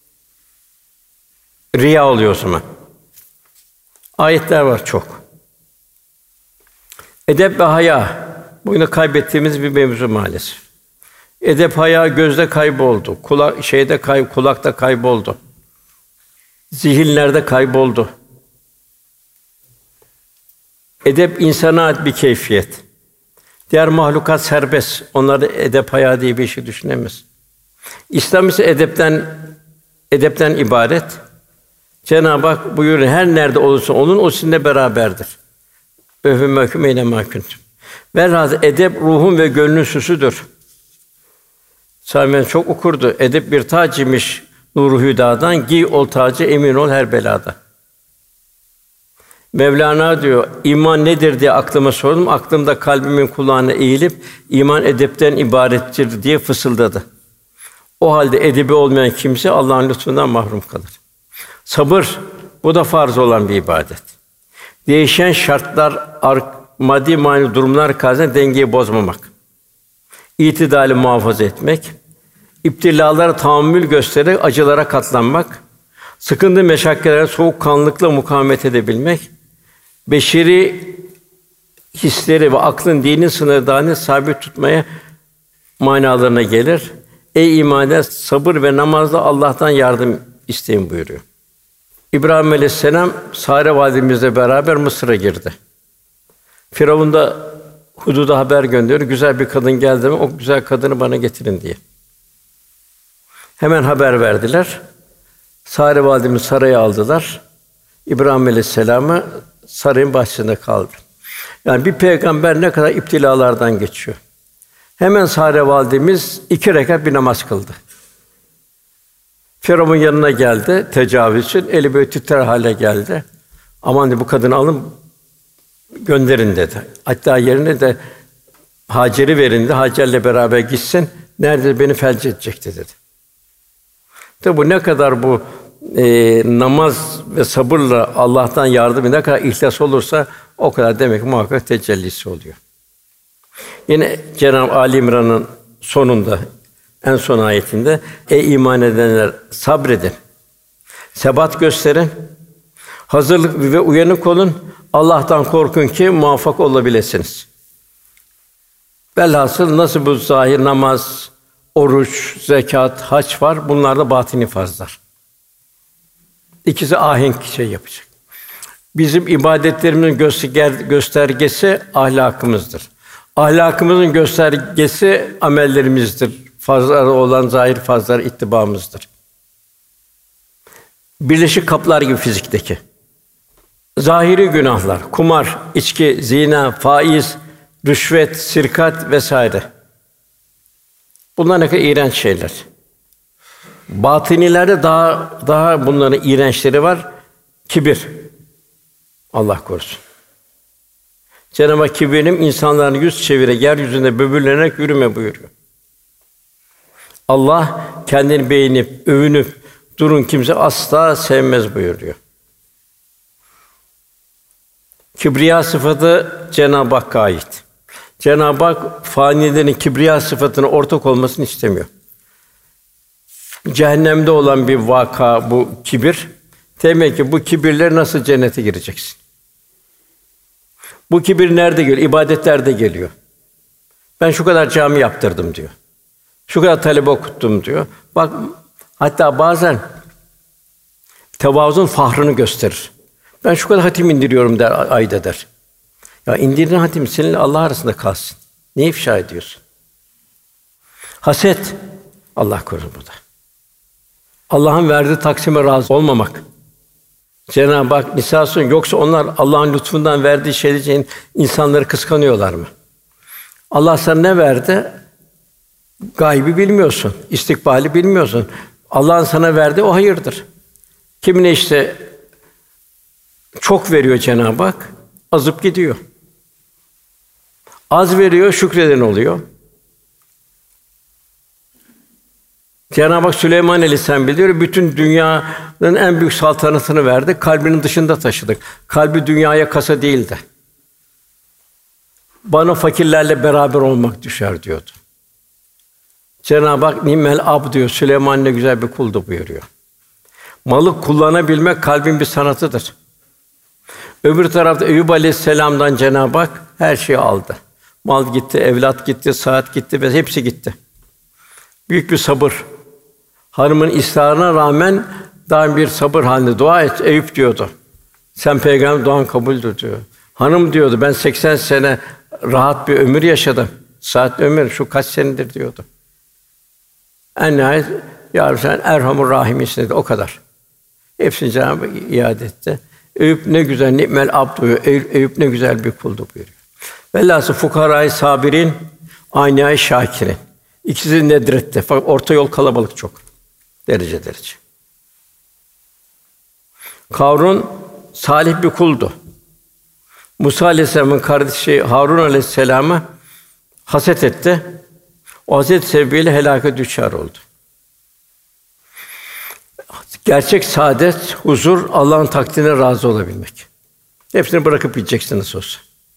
Riya oluyor o zaman. Ayetler var çok. Edep ve haya, bugün kaybettiğimiz bir mevzu maalesef. Edep, haya gözde kayboldu. Kulakta kayboldu. Zihinlerde kayboldu. Edep insana ait bir keyfiyet. Diğer mahlukat serbest. Onlarda edep, haya diye bir şey düşünemez. İslam ise edepten ibaret. Cenab-ı Hak buyuruyor, her nerede olursa olun o sizinle beraberdir. Ve mahkum eyne mahkuntum. Velhâsıl edep ruhun ve gönlün süsüdür. Sami çok okurdu. Edep bir tac imiş nuru hüdadan, giy ol tacı, emin ol her belada. Mevlana diyor, iman nedir diye aklıma sordum. Aklımda kalbimin kulağına eğilip iman edepten ibarettir diye fısıldadı. O halde edebi olmayan kimse Allah'ın lütfundan mahrum kalır. Sabır, bu da farz olan bir ibadet. Değişen şartlar, maddi manevi durumlar karşısında dengeyi bozmamak. İtidali muhafaza etmek, İptilalara tahammül göstererek acılara katlanmak, sıkıntı meşakkatlere soğukkanlılıkla mukavemet edebilmek, beşeri hisleri ve aklın dinin sınırlarını sabit tutmaya manalarına gelir. Ey iman eden, sabır ve namazla Allah'tan yardım isteyin buyuruyor. İbrahim Aleyhisselam Sare validemizle beraber Mısır'a girdi. Firavun da Hudud'a haber gönderiyor. Güzel bir kadın geldi mi, o güzel kadını bana getirin diye. Hemen haber verdiler. Sare validemizi saraya aldılar. İbrahim Aleyhisselam'ı sarayın bahçesinde kaldı. Yani bir peygamber ne kadar iptilalardan geçiyor. Hemen Sare validemiz 2 rekat bir namaz kıldı. Firavun yanına geldi tecavüz için. Eli böyle titrer hale geldi. Aman dedi, bu kadını alın gönderin dedi. Hatta yerine de Hacer'i verin dedi. Hacer'le beraber gitsin. Nerede beni felç edecekti dedi. Tabi bu ne kadar bu namaz ve sabırla Allah'tan yardımı ne kadar ihlas olursa o kadar demek muhakkak tecellisi oluyor. Yine Cenab-ı Ali İmran'ın sonunda en son ayetinde ey iman edenler sabredin. Sebat gösterin. Hazırlık ve uyanık olun. Allah'tan korkun ki muvaffak olabilirsiniz. Velhasıl nasıl bu zahir namaz, oruç, zekat, hac var, bunlar da batini farzlar. İkisi ahenk şey yapacak. Bizim ibadetlerimizin göstergesi ahlakımızdır. Ahlakımızın göstergesi amellerimizdir. Farzlar olan zahir farzlar ittibamızdır. Birleşik kaplar gibi fizikteki. Zahiri günahlar, kumar, içki, zina, faiz, rüşvet, sirkat vesaire. Bunlar ne kadar iğrenç şeyler. Batınilerde daha bunların iğrençleri var. Kibir. Allah korusun. Cenab-ı Hak kibirlim insanların yüz çevire yeryüzünde böbürlenerek yürüme buyuruyor. Allah kendini beğenip övünüp durun kimse asla sevmez buyuruyor. Kibriya sıfatı Cenab-ı Hakk'a ait. Cenab-ı Hak fanilerin kibriya sıfatına ortak olmasını istemiyor. Cehennemde olan bir vaka bu kibir. Demek ki bu kibirle nasıl cennete gireceksin? Bu kibir nerede geliyor? İbadetlerde geliyor. Ben şu kadar cami yaptırdım diyor. Şu kadar talebe okuttum diyor. Bak hatta bazen tevazun fahrını gösterir. Ben şu kadar hatim indiriyorum der, ayda der. Ya indirilen hatim seninle Allah arasında kalsın. Ne ifşa ediyorsun? Haset, Allah korusun bu da. Allah'ın verdiği taksime razı olmamak. Cenab-ı Hak Nisa Suresi, yoksa onlar Allah'ın lütfundan verdiği şeyler için insanları kıskanıyorlar mı? Allah sana ne verdi? Gaybi bilmiyorsun, istikbali bilmiyorsun. Allah'ın sana verdiği o hayırdır. Kimine işte çok veriyor Cenab-ı Hak, azıp gidiyor. Az veriyor, şükreden oluyor. Cenab-ı Hak Süleyman Aleyhisselam bildiriyor, bütün dünyanın en büyük saltanatını verdi, kalbinin dışında taşıdık. Kalbi dünyaya kasa değildi. Bana fakirlerle beraber olmak düşer diyordu. Cenab-ı Hak ni'mel abd diyor, Süleyman ne güzel bir kuldu buyuruyor. Malı kullanabilmek kalbin bir sanatıdır. Öbür tarafta Eyüp Aleyhisselam'dan Cenab-ı Hak her şeyi aldı. Mal gitti, evlat gitti, saat gitti ve hepsi gitti. Büyük bir sabır. Hanımın ısrarına rağmen daim bir sabır halinde dua et. Eyüp diyordu. Sen peygamber duan kabuldür diyor. Hanım diyordu, ben 80 sene rahat bir ömür yaşadım. Saat ömür şu kaç senedir diyordu. En nihayet ya Rabbi sen Erhamur Rahim'sin dedi, o kadar. Hepsini Cenab-ı Hak iade etti. Eyüp ne güzel ni'mel abd diyor. Eyüp ne güzel bir kuldu buyuruyor. Velhâsıl fukarâ-i sabirin, âniâ-i şâkirin. İkisi nedrette. Fakat orta yol kalabalık çok. Derece. Kârun salih bir kuldu. Musa Aleyhisselam'ın kardeşi Harun Aleyhisselam'a haset etti. O haset sebebiyle helâka düçar oldu. Gerçek saadet, huzur, Allah'ın takdirine razı olabilmek. Hepsini bırakıp gideceksiniz olsa.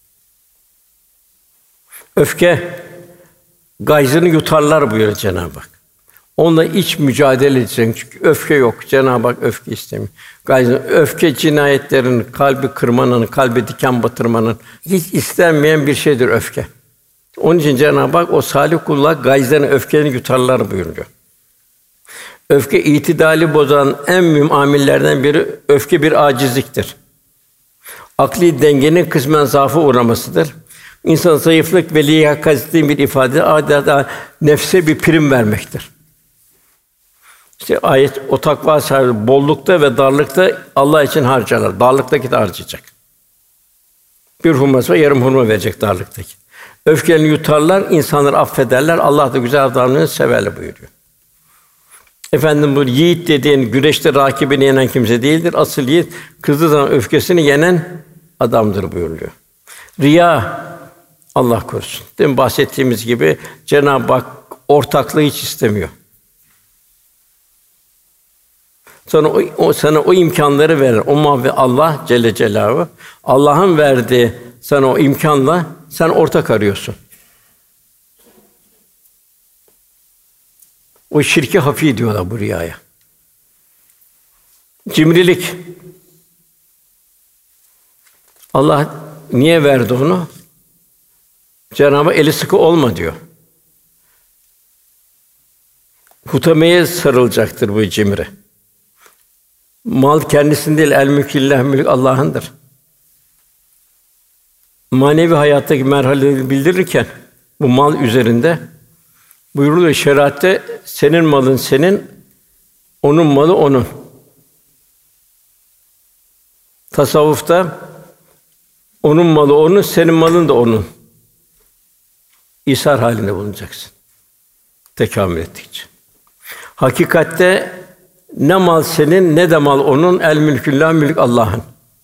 Öfke gayzını yutarlar buyuruyor Cenab-ı Hak. Onunla iç mücadele edeceksin. Çünkü öfke yok. Cenab-ı Hak öfke istemiyor. Öfke cinayetlerin, kalbi kırmanın, kalbe diken batırmanın hiç istenmeyen bir şeydir öfke. Onun için Cenab-ı Hak o salih kullar gayzlarını, öfkelerini yutarlar buyuruyor. Öfke itidali bozan en mühim amillerden biri öfke bir acizliktir. Akli dengenin kısmen zaafa uğramasıdır. İnsanın zayıflık ve liyakatsizliğin bir ifade, adeta nefse bir prim vermektir. İşte ayet o takva sahibi bollukta ve darlıkta Allah için harcarlar. Darlıktaki de harcayacak. Bir hurması var, yarım hurma verecek darlıktaki. Öfkelerini yutarlar, insanları affederler. Allah da güzel davrananı severler buyuruyor. Efendim bu yiğit dediğin güreşte rakibini yenen kimse değildir. Asıl yiğit kızdığı zaman öfkesini yenen adamdır buyuruluyor. Riya, Allah korusun. Demin bahsettiğimiz gibi Cenab-ı Hak ortaklığı hiç istemiyor. Sana o imkânları verir. O mahve Allah Celle Celaluhu. Allah'ın verdiği sana o imkânla sen ortak arıyorsun. O şirki hafî diyorlar bu riyaya. Cimrilik. Allah niye verdi onu? Cenab-ı Hak eli sıkı olma diyor. Hutameye sarılacaktır bu cimri. Mal kendisinin değil, el mülkillah, mülk Allah'ındır. Manevi hayattaki merhaleleri bildirirken bu mal üzerinde buyuruluyor şeriatte senin malın senin, onun malı onun. Tasavvufta onun malı onun, senin malın da onun. İsar halinde bulunacaksın. Tekamül ettikçe. Hakikatte ne mal senin ne de mal onun, el mülküllah, mülk Allah'ın.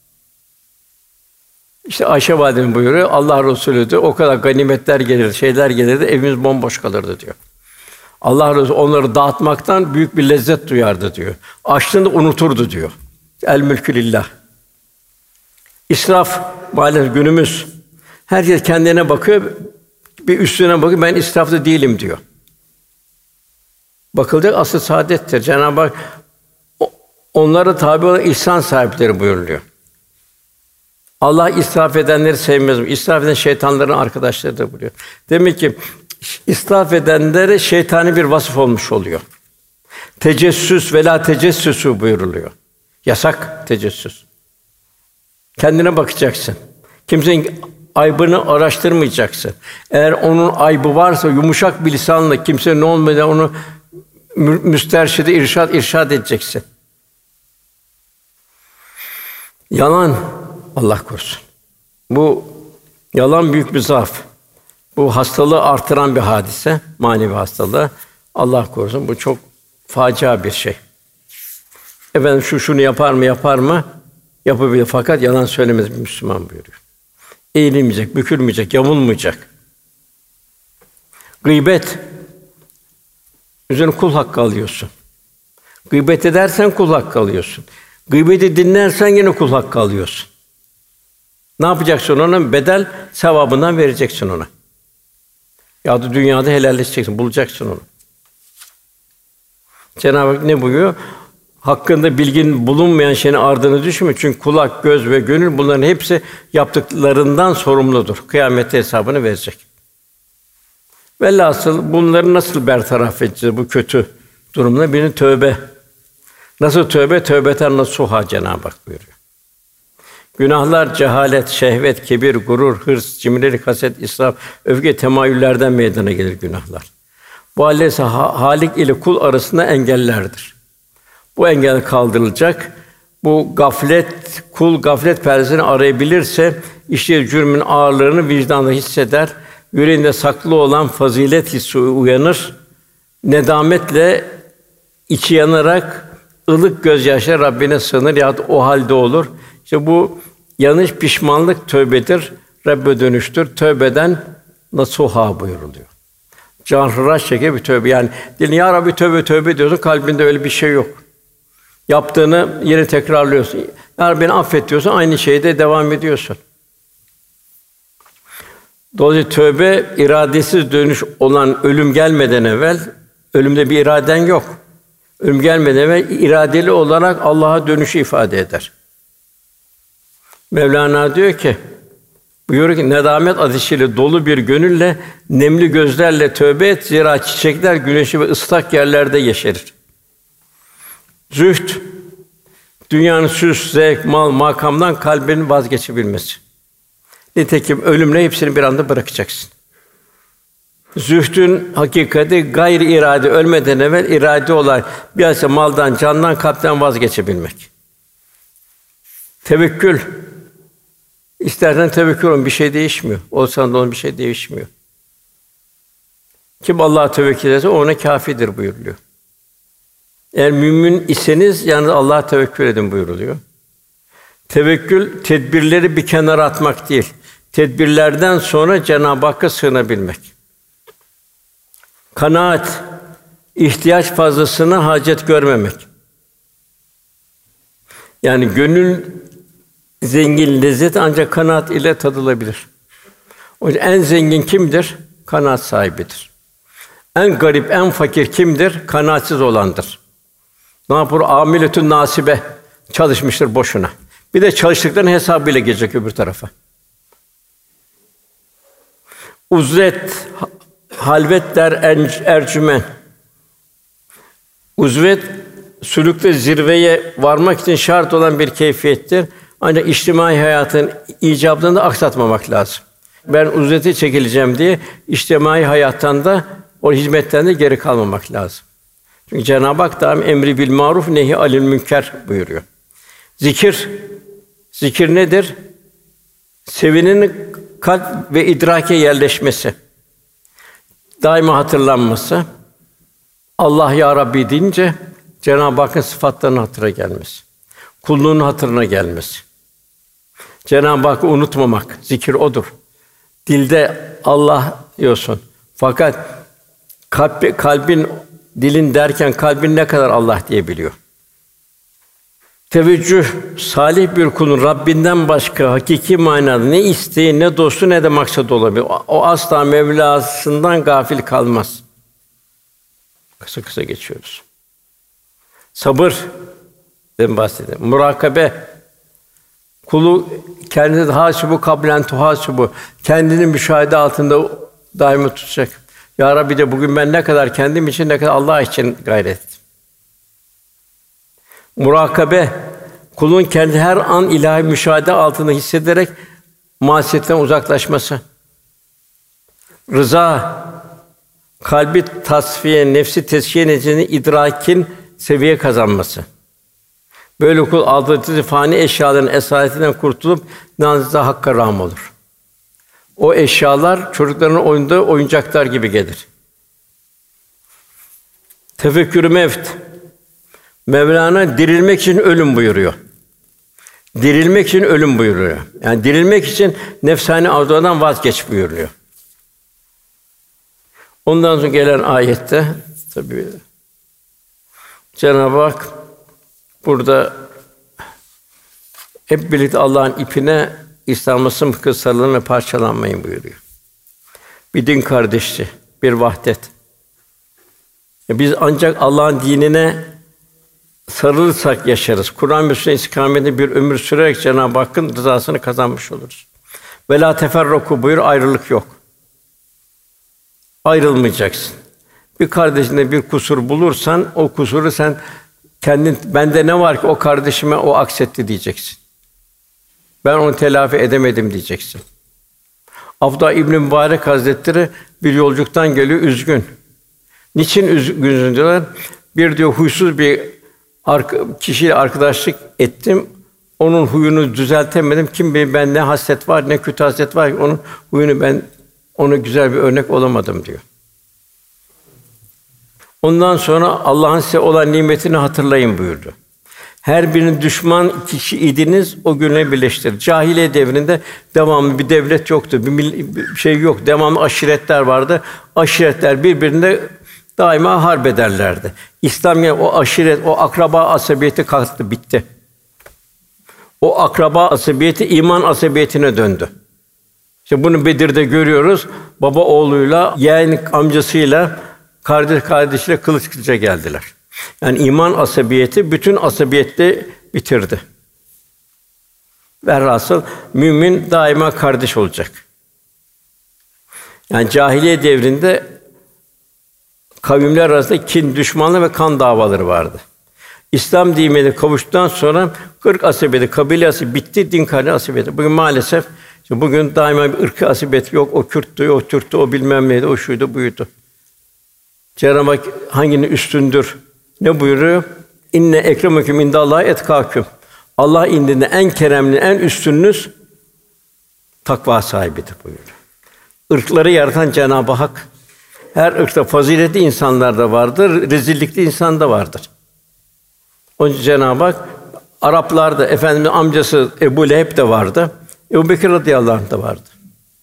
İşte Ayşe validemiz buyuruyor, Allah Resulü diyor, o kadar ganimetler gelirdi, şeyler gelirdi, evimiz bomboş kalırdı diyor. Allah Resulü onları dağıtmaktan büyük bir lezzet duyardı diyor. Açlığını unuturdu diyor. El mülkü lillah. İsraf maalesef günümüz. Herkes kendine bakıyor, bir üstüne bakıyor. Ben israflı değilim diyor. Bakılacak asıl saadettir. Cenab-ı Hak onlara tabi olan ihsan sahipleri buyuruluyor. Allah israf edenleri sevmez. İsraf eden şeytanların arkadaşlarıdır buyuruyor. Demek ki israf edenlere şeytani bir vasıf olmuş oluyor. Tecessüs ve la tecessüsü buyuruluyor. Yasak tecessüs. Kendine bakacaksın. Kimsenin aybını araştırmayacaksın. Eğer onun aybı varsa yumuşak bir lisanla kimsenin olmadan onu müsterşide irşad edeceksin. Yalan, Allah korusun. Bu yalan büyük bir zaaf. Bu hastalığı artıran bir hadise, manevi hastalığı. Allah korusun. Bu çok facia bir şey. Efendim şunu yapar mı? Yapabilir fakat yalan söylemez bir Müslüman buyuruyor. Eğilmeyecek, bükülmeyecek, yamulmayacak. Gıybet, üzerine kul hakkı alıyorsun. Gıybet edersen kul hakkı alıyorsun. Gıybeti dinlersen yine kul hakkı alıyorsun. Ne yapacaksın ona? Bedel sevabından vereceksin ona. Ya da dünyada helalleşeceksin, bulacaksın onu. Cenab-ı Hak ne buyuruyor? Hakkında bilgin bulunmayan şeyin ardına düşme. Çünkü kulak, göz ve gönül bunların hepsi yaptıklarından sorumludur. Kıyamette hesabını verecek. Velhasıl bunları nasıl bertaraf edeceğiz bu kötü durumda? Birinci tövbe. Nasıl tövbe? Tövbeten nasuha Cenab-ı Hak buyuruyor. Günahlar cehalet, şehvet, kibir, gurur, hırs, cimrilik, haset, israf, öfke, temayüllerden meydana gelir günahlar. Bu haller Halik ile kul arasında engellerdir. Bu engel kaldırılacak. Bu kul gaflet perdesini arayabilirse işte cürmün ağırlığını vicdanında hisseder. Yüreğinde saklı olan fazilet hissi uyanır. Nedametle içi yanarak ılık gözyaşları Rabbine sığınır yahut o halde olur. İşte bu yanlış pişmanlık tövbedir, Rabbe dönüştür. Tövbeden nasuha buyuruluyor. Canhıraş çeker bir tövbe. Yani dilin ya Rabbi tövbe diyorsun, kalbinde öyle bir şey yok. Yaptığını yine tekrarlıyorsun. Ya Rabbi beni affet diyorsun, aynı şeyde devam ediyorsun. Dolayısıyla tövbe iradesiz dönüş olan ölüm gelmeden evvel, ölümde bir iraden yok. Ölüm gelmeden evvel iradeli olarak Allah'a dönüşü ifade eder. Mevlana diyor ki, buyuruyor ki nedamet ateşiyle dolu bir gönülle, nemli gözlerle tövbe et zira çiçekler güneşi ve ıslak yerlerde yeşerir. Zühd, dünyanın süs, zevk, mal, makamdan kalbinin vazgeçebilmesi. Nitekim ölümle hepsini bir anda bırakacaksın. Zühdün hakikati gayri irade ölmeden evvel irade olan bilhassa maldan, candan, kalpten vazgeçebilmek. Tevekkül. İstersen tevekkül olun, bir şey değişmiyor. Olsan da onun bir şey değişmiyor. Kim Allah'a tevekkül ederse o ona kâfidir buyuruluyor. Eğer mümin iseniz yalnız Allah'a tevekkül edin buyuruluyor. Tevekkül tedbirleri bir kenara atmak değil. Tedbirlerden sonra Cenab-ı Hakk'a sığınabilmek. Kanaat, ihtiyaç fazlasına hacet görmemek. Yani gönül zengin lezzet ancak kanaat ile tadılabilir. O yüzden en zengin kimdir? Kanaat sahibidir. En garip, en fakir kimdir? Kanaatsiz olandır. Ne yapar? Amiletün nasibe çalışmıştır boşuna. Bir de çalıştıklarının hesabıyla gelecek öbür tarafa. Uzvet, halvet der ercümen. Uzvet, sülükte zirveye varmak için şart olan bir keyfiyettir. Ancak içtimai hayatın icabını da aksatmamak lazım. Ben uzvete çekileceğim diye içtimai hayattan da o hizmetten de geri kalmamak lazım. Çünkü Cenab-ı Hak da emri bil maruf nehi anil münker buyuruyor. Zikir nedir? Sevinin kalp ve idrake yerleşmesi. Daima hatırlanması. Allah ya Rabbi deyince Cenab-ı Hakk'ın sıfatlarının hatıra gelmesi. Kulluğunun hatırına gelmesi. Cenab-ı Hakk'ı unutmamak, zikir odur. Dilde Allah diyorsun. Fakat kalbin, dilin derken kalbin ne kadar Allah diye biliyor. Teveccüh, salih bir kulun Rabbinden başka hakiki manada ne isteği, ne dostu, ne de maksadı olabilir. O asla Mevlasından gafil kalmaz. Kısa kısa geçiyoruz. Sabır, ben bahsedeyim. Murakabe, kulu kendini hâsibu kablen tuhâsibu, kendini müşahede altında daima tutacak. Ya Rabbi de bugün ben ne kadar kendim için, ne kadar Allah için gayret ettim. Murakabe, kulun kendi her an ilahi müşahede altında hissederek masiyetten uzaklaşması. Rıza, kalbi tasfiye, nefsi tezkiye neticesinde idrakin seviye kazanması. Böyle kul aldatıcı fani eşyaların esaretinden kurtulup yalnızca Hakk'a rağm olur. O eşyalar çocukların oynadığı oyuncaklar gibi gelir. Tefekkür-ü mevt. Mevlana dirilmek için ölüm buyuruyor. Dirilmek için ölüm buyuruyor. Yani dirilmek için nefsani arzulardan vazgeç buyuruyor. Ondan sonra gelen ayette tabii Cenab-ı Hak burada hep birlikte Allah'ın ipine İslam'a sımsıkı sarılın ve parçalanmayın buyuruyor. Bir din kardeşliği, bir vahdet. Biz ancak Allah'ın dinine sarılırsak yaşarız. Kur'an ve sünnet istikametinde bir ömür sürerek Cenab-ı Hakk'ın rızasını kazanmış oluruz. Ve la teferruku buyur, ayrılık yok. Ayrılmayacaksın. Bir kardeşinde bir kusur bulursan o kusuru sen kendin bende ne var ki o kardeşime o aksetti diyeceksin. Ben onu telafi edemedim diyeceksin. Abdullah İbn Mübarek Hazretleri bir yolculuktan geliyor üzgün. Niçin üzgünsün diyorlar. Bir diyor huysuz bir kişiyle arkadaşlık ettim. Onun huyunu düzeltemedim. Kim bilir ben ne haslet var, ne kötü haslet var. Onun huyunu ben ona güzel bir örnek olamadım diyor. Ondan sonra Allah'ın size olan nimetini hatırlayın buyurdu. Her birinin düşman kişi idiniz, o günle birleştir. Cahiliye devrinde devamlı bir devlet yoktu, bir şey yok. Devamlı aşiretler vardı. Aşiretler birbirine daima harp ederlerdi. İslam yani o aşiret, o akraba asabiyeti kalktı, bitti. O akraba asabiyeti iman asabiyetine döndü. İşte bunu Bedir'de görüyoruz. Baba oğluyla, yeğen amcasıyla, kardeş kardeşiyle kılıç kılıca geldiler. Yani iman asabiyeti bütün asabiyeti bitirdi. Velhasıl mümin daima kardeş olacak. Yani cahiliye devrinde kavimler arasında kin, düşmanlığı ve kan davaları vardı. İslam dinine kavuştuktan sonra 40 asabiyeti, kabile asabiyeti bitti, din kardeşliği asabiyeti. Bugün maalesef bugün daima bir ırkı asabiyet yok. O Kürttü, o Türktü, o bilmem neydi, o şuydu, buydu. Cenab-ı Hak hanginin üstündür? Ne buyuruyor? İnne ekremeküm indallahi etkâküm. Allah indinde en keremli, en üstününüz takva sahibidir buyuruyor. Irkları yaratan Cenab-ı Hak her ırkta faziletli insanlar da vardır, rezillikli insan da vardır. Onun için Cenab-ı Hak Araplarda efendimizin amcası Ebu Leheb de vardı. Ebubekir radıyallahu anh da vardı.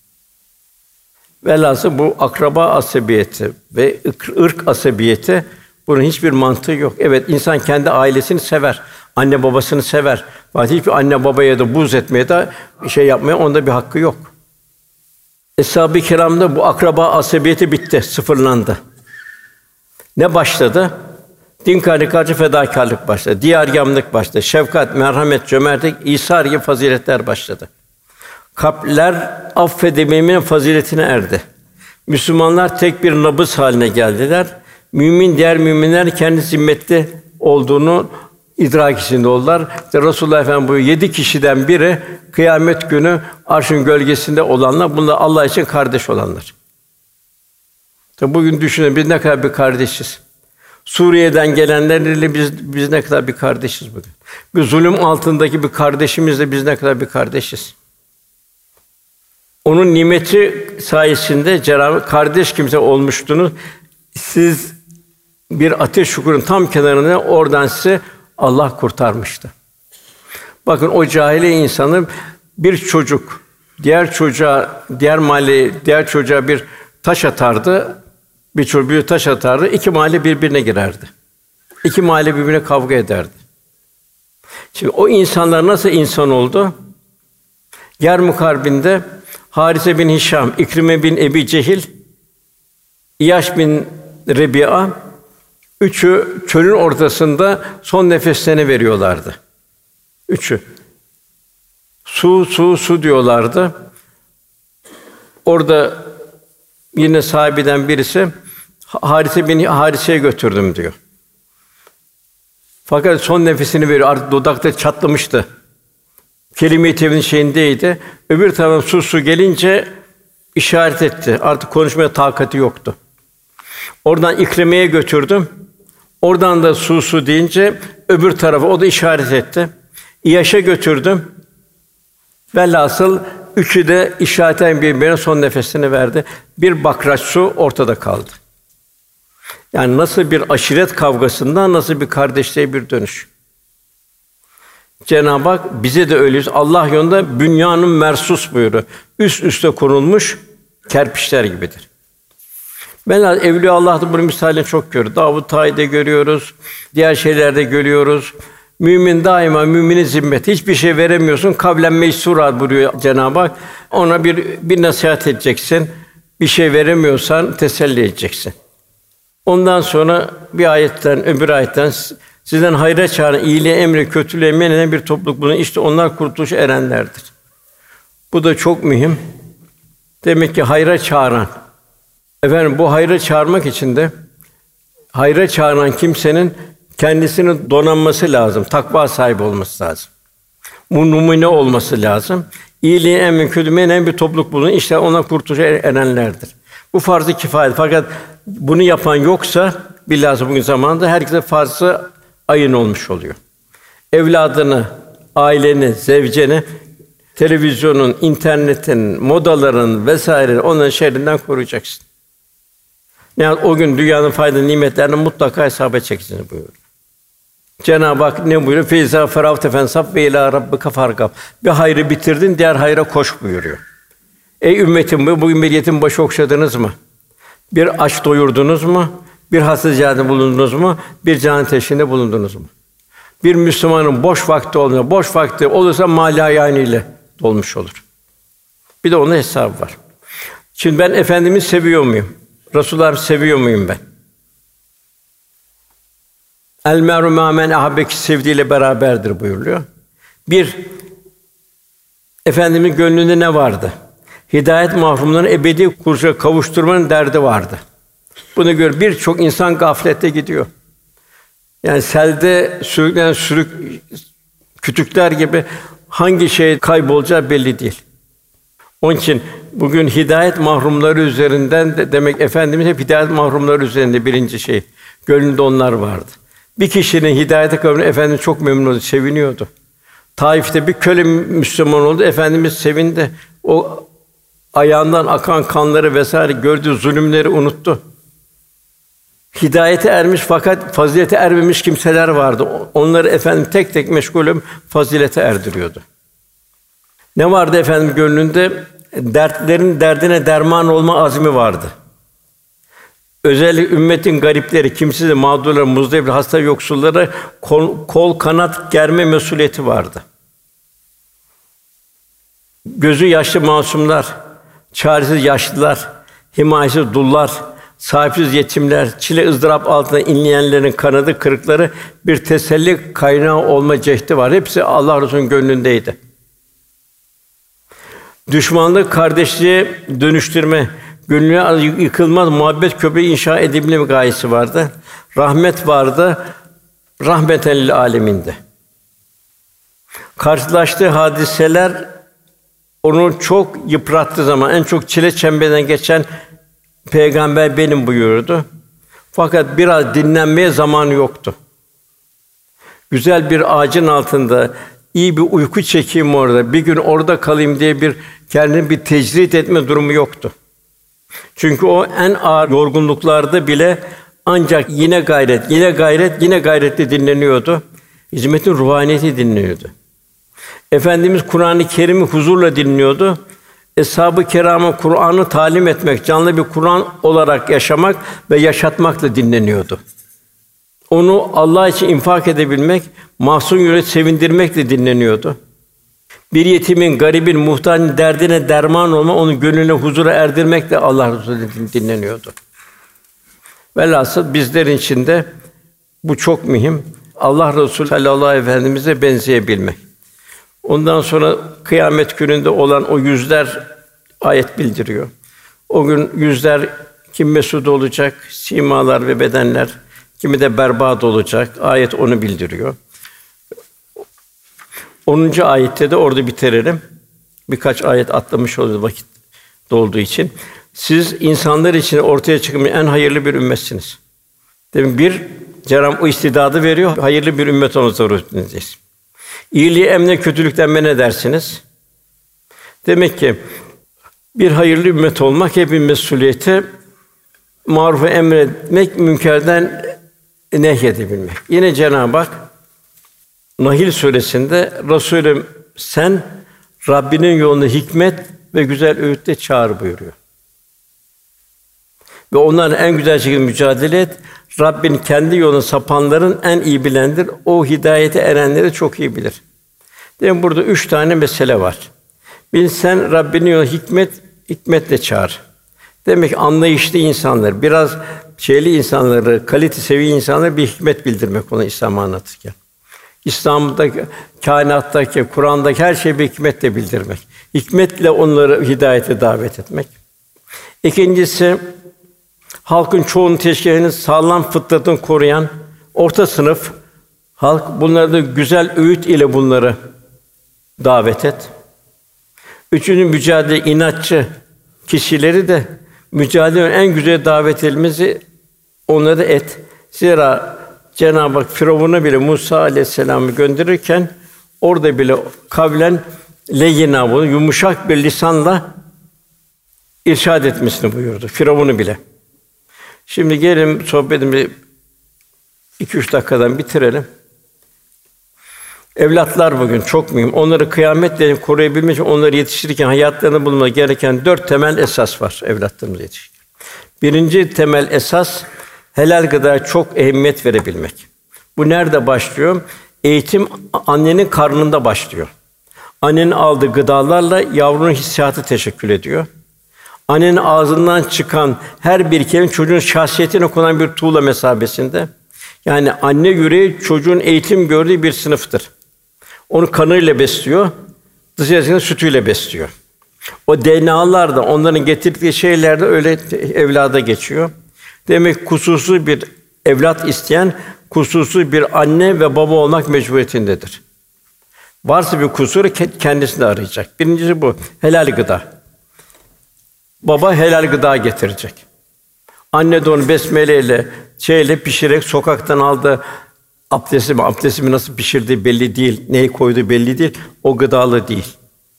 Velhâsıl bu akraba asabiyeti ve ırk asabiyeti bunun hiçbir mantığı yok. Evet, insan kendi ailesini sever, anne babasını sever. Fakat hiçbir anne babaya da buğz etmeye de yapmaya onda bir hakkı yok. Eshab-ı Kiram'da bu akraba asabiyeti bitti, sıfırlandı. Ne başladı? Din karşı fedakârlık başladı, diyargâmlık başladı, şefkat, merhamet, cömertlik, İsar gibi faziletler başladı. Kalpler affedememenin faziletine erdi. Müslümanlar tek bir nabız haline geldiler. Mümin diğer müminler kendi zimmetli olduğunu idrak içinde oldular. İşte Resulullah Efendimiz buyuruyor, 7 kişiden biri kıyamet günü arşın gölgesinde olanlar, bunlar Allah için kardeş olanlar. Tabi bugün düşünün biz ne kadar bir kardeşiz. Suriye'den gelenlerle biz ne kadar bir kardeşiz bugün. Bir zulüm altındaki bir kardeşimizle biz ne kadar bir kardeşiz. Onun nimeti sayesinde Cenab-ı kardeş kimse olmuştunuz. Siz bir ateş çukurun tam kenarına oradan sizi Allah kurtarmıştı. Bakın o cahiliye insanı bir çocuk diğer çocuğa, diğer mahalleye, diğer çocuğa bir taş atardı. Bir çocuğa bir taş atardı. 2 mahalle birbirine girerdi. 2 mahalle birbirine kavga ederdi. Şimdi o insanlar nasıl insan oldu? Yermuk Harbi'nde Harise bin Hişam, İkrime bin Ebi Cehil, İyaş bin Rebi'a, üçü çölün ortasında son nefeslerini veriyorlardı. Üçü. Su diyorlardı. Orada yine sahabeden birisi Harise bin Harise'ye götürdüm diyor. Fakat son nefesini veriyor. Artık dudakta çatlamıştı. Kelime-i tevhidin şeyindeydi. Öbür taraftan su gelince işaret etti. Artık konuşmaya takati yoktu. Oradan İkrime'ye götürdüm. Oradan da su deyince öbür tarafa o da işaret etti. İyaş'a götürdüm. Velhasıl üçü de işareten birbirine son nefesini verdi. Bir bakraç su ortada kaldı. Yani nasıl bir aşiret kavgasından nasıl bir kardeşliğe bir dönüş. Cenab-ı Hak bize de öyleyiz. Allah yolunda bünyanın mersus buyuruyor. Üst üste konulmuş kerpiçler gibidir. Velhâsıl Evliya Allah'ta bunun misalini çok görüyoruz. Davud Tayi'de görüyoruz, diğer şeylerde görüyoruz. Mümin daima müminin zimmeti. Hiçbir şey veremiyorsun. Kavlen meysûrâ buyuruyor Cenab-ı Hak. Ona bir nasihat edeceksin. Bir şey veremiyorsan teselli edeceksin. Ondan sonra bir ayetten, öbür ayetten sizden hayra çağıran, iyiliğe emre, kötülüğe men eden bir topluluk bulun. İşte onlar kurtuluşa erenlerdir. Bu da çok mühim. Demek ki hayra çağıran. Efendim bu hayra çağırmak için de hayra çağıran kimsenin kendisinin donanması lazım, takva sahibi olması lazım. Numune olması lazım. İyiliğe emre, kötülüğe men eden bir topluluk bulun. İşte onlar kurtuluşa erenlerdir. Bu farz-ı kifaye. Fakat bunu yapan yoksa bilhassa bugün zamanında herkese farz-ı ayın olmuş oluyor. Evladını, aileni, zevceni televizyonun, internetin, modaların vesaire onların şerrinden koruyacaksın. Yani o gün dünyanın faydalı nimetlerini mutlaka hesaba çekeceksin buyuruyor. Cenab-ı Hak ne buyuruyor? Feyza feravte fensab ve ilâ rabbike fargab. Bir hayrı bitirdin, diğer hayra koş buyuruyor. Ey ümmetim, bu ümmetin başı okşadınız mı? Bir aç doyurdunuz mu? Bir hasta ziyarette bulundunuz mu? Bir can teşhinde bulundunuz mu? Bir Müslümanın boş vakti olmuyor. Boş vakti olursa mâlâyâniyle dolmuş olur. Bir de onun hesabı var. Şimdi ben Efendimiz seviyor muyum? Resulullah'ı seviyor muyum ben? El meru mâ men ahabbeki sevdiğiyle beraberdir buyuruluyor. Bir, Efendimiz gönlünde ne vardı? Hidayet mahrumlarını ebedi kurtuluşa kavuşturmanın derdi vardı. Buna göre birçok insan gaflete gidiyor. Yani selde sürüklenen kütükler gibi hangi şey kaybolacağı belli değil. Onun için bugün hidayet mahrumları üzerinden de demek Efendimiz hep hidayet mahrumları üzerinde birinci şey. Gönlünde onlar vardı. Bir kişinin hidayete kavuştuğuna Efendimiz çok memnun oldu, seviniyordu. Taif'te bir köle Müslüman oldu, Efendimiz sevindi. O ayağından akan kanları vesaire gördüğü zulümleri unuttu. Hidayete ermiş fakat fazilete ermemiş kimseler vardı. Onları Efendimiz tek tek meşgul fazilete erdiriyordu. Ne vardı efendim gönlünde? Dertlerin derdine derman olma azmi vardı. Özellikle ümmetin garipleri, kimsiz, mağdurları, muzdarip, hasta, yoksullara kol kanat germe mesuliyeti vardı. Gözü yaşlı masumlar, çaresiz yaşlılar, himayesiz dullar, sahipsiz yetimler, çile ızdırap altında inleyenlerin kanadı kırıkları bir teselli kaynağı olma cehdi var. Hepsi Allah Resulü'nün gönlündeydi. Düşmanlık kardeşliğe dönüştürme, gönlüne yıkılmaz muhabbet köprüyü inşa edebilme gayesi vardı. Rahmet vardı, rahmeten lil âleminde. Karşılaştığı hadiseler onu çok yıprattığı zaman en çok çile çemberinden geçen peygamber benim buyurdu. Fakat biraz dinlenmeye zamanı yoktu. Güzel bir ağacın altında iyi bir uyku çekeyim orada, bir gün orada kalayım diye bir kendini bir tecrit etme durumu yoktu. Çünkü o en ağır yorgunluklarda bile ancak yine gayretle dinleniyordu. Hizmetin ruhaniyeti dinleniyordu. Efendimiz Kur'an-ı Kerim'i huzurla dinliyordu. Eshab-ı Kirâm'a Kur'an'ı talim etmek, canlı bir Kur'an olarak yaşamak ve yaşatmakla dinleniyordu. Onu Allah için infak edebilmek, mahzun yüreği sevindirmekle dinleniyordu. Bir yetimin, garibin, muhtacın derdine derman olma, onun gönlüne huzura erdirmekle Allah Resulü dinleniyordu. Velhasıl bizlerin için de bu çok mühim. Allah Resulü sallallahu aleyhi ve efendimize benzeyebilmek. Ondan sonra kıyamet gününde olan o yüzler ayet bildiriyor. O gün yüzler kim mesûd olacak, simalar ve bedenler, kimi de berbat olacak. Ayet onu bildiriyor. 10. ayette de orada bitirelim. Birkaç ayet atlamış oluyoruz vakit dolduğu için. Siz insanlar için ortaya çıkmış en hayırlı bir ümmetsiniz. Demin bir Cenab-ı o istidadı veriyor. Hayırlı bir ümmet olmanız zorundayız. İyiliği emre, kötülükten men edersiniz. Demek ki bir hayırlı ümmet olmak hepimizin mesuliyeti. Marufu emretmek, münkerden nehyedebilmek. Yine Cenab-ı Hak Nahl suresinde Resulüm sen Rabbinin yolunu hikmet ve güzel öğütle çağır buyuruyor. Ve onlarla en güzel şekilde mücadele et. Rabbin kendi yolunu sapanların en iyi bilendir. O hidayete erenleri çok iyi bilir. Demek burada 3 tane mesele var. Bir, sen Rabbinin yolunu hikmetle çağır. Demek ki anlayışlı insanlar, biraz insanları, kalite seviye insanlara bir hikmet bildirmek ona İslam'ı anlatırken. İslam'daki, kainattaki, Kur'an'daki her şeyi bir hikmetle bildirmek. Hikmetle onları hidayete davet etmek. İkincisi, halkın çoğunu teşkil eden sağlam fıtratını koruyan orta sınıf halk, bunları da güzel öğüt ile bunları davet et. Üçüncü, mücadele inatçı kişileri de mücadelenin en güzel davet edilmesi onları et. Zira Cenab-ı Hak Firavun'a bile Musa aleyhisselam'ı gönderirken orada bile kavlen leyyina, bunu yumuşak bir lisanla irşad etmesini buyurdu. Firavun'u bile. Şimdi gelin sohbetimizi 2-3 dakikadan bitirelim. Evlatlar bugün çok mühim. Onları kıyametle koruyabilmek için onları yetiştirirken hayatlarını bulmak gereken 4 temel esas var evlatlarımızı yetiştirirken. Birinci temel esas helal gıdaya çok ehemmiyet verebilmek. Bu nerede başlıyor? Eğitim annenin karnında başlıyor. Annenin aldığı gıdalarla yavrunun hissiyatı teşekkül ediyor. Annenin ağzından çıkan her bir kelime çocuğun şahsiyetine konan bir tuğla mesabesinde. Yani anne yüreği çocuğun eğitim gördüğü bir sınıftır. Onu kanıyla besliyor, dışarısında sütüyle besliyor. O DNA'lar da onların getirdiği şeyler de öyle evlada geçiyor. Demek kusursuz bir evlat isteyen kusursuz bir anne ve baba olmak mecburiyetindedir. Varsa bir kusuru kendisinde arayacak. Birincisi bu, helal gıda. Baba helal gıda getirecek. Anne de onu besmeleyle, pişirerek sokaktan aldığı abdestimi nasıl pişirdiği belli değil, neyi koyduğu belli değil, o gıdalı değil.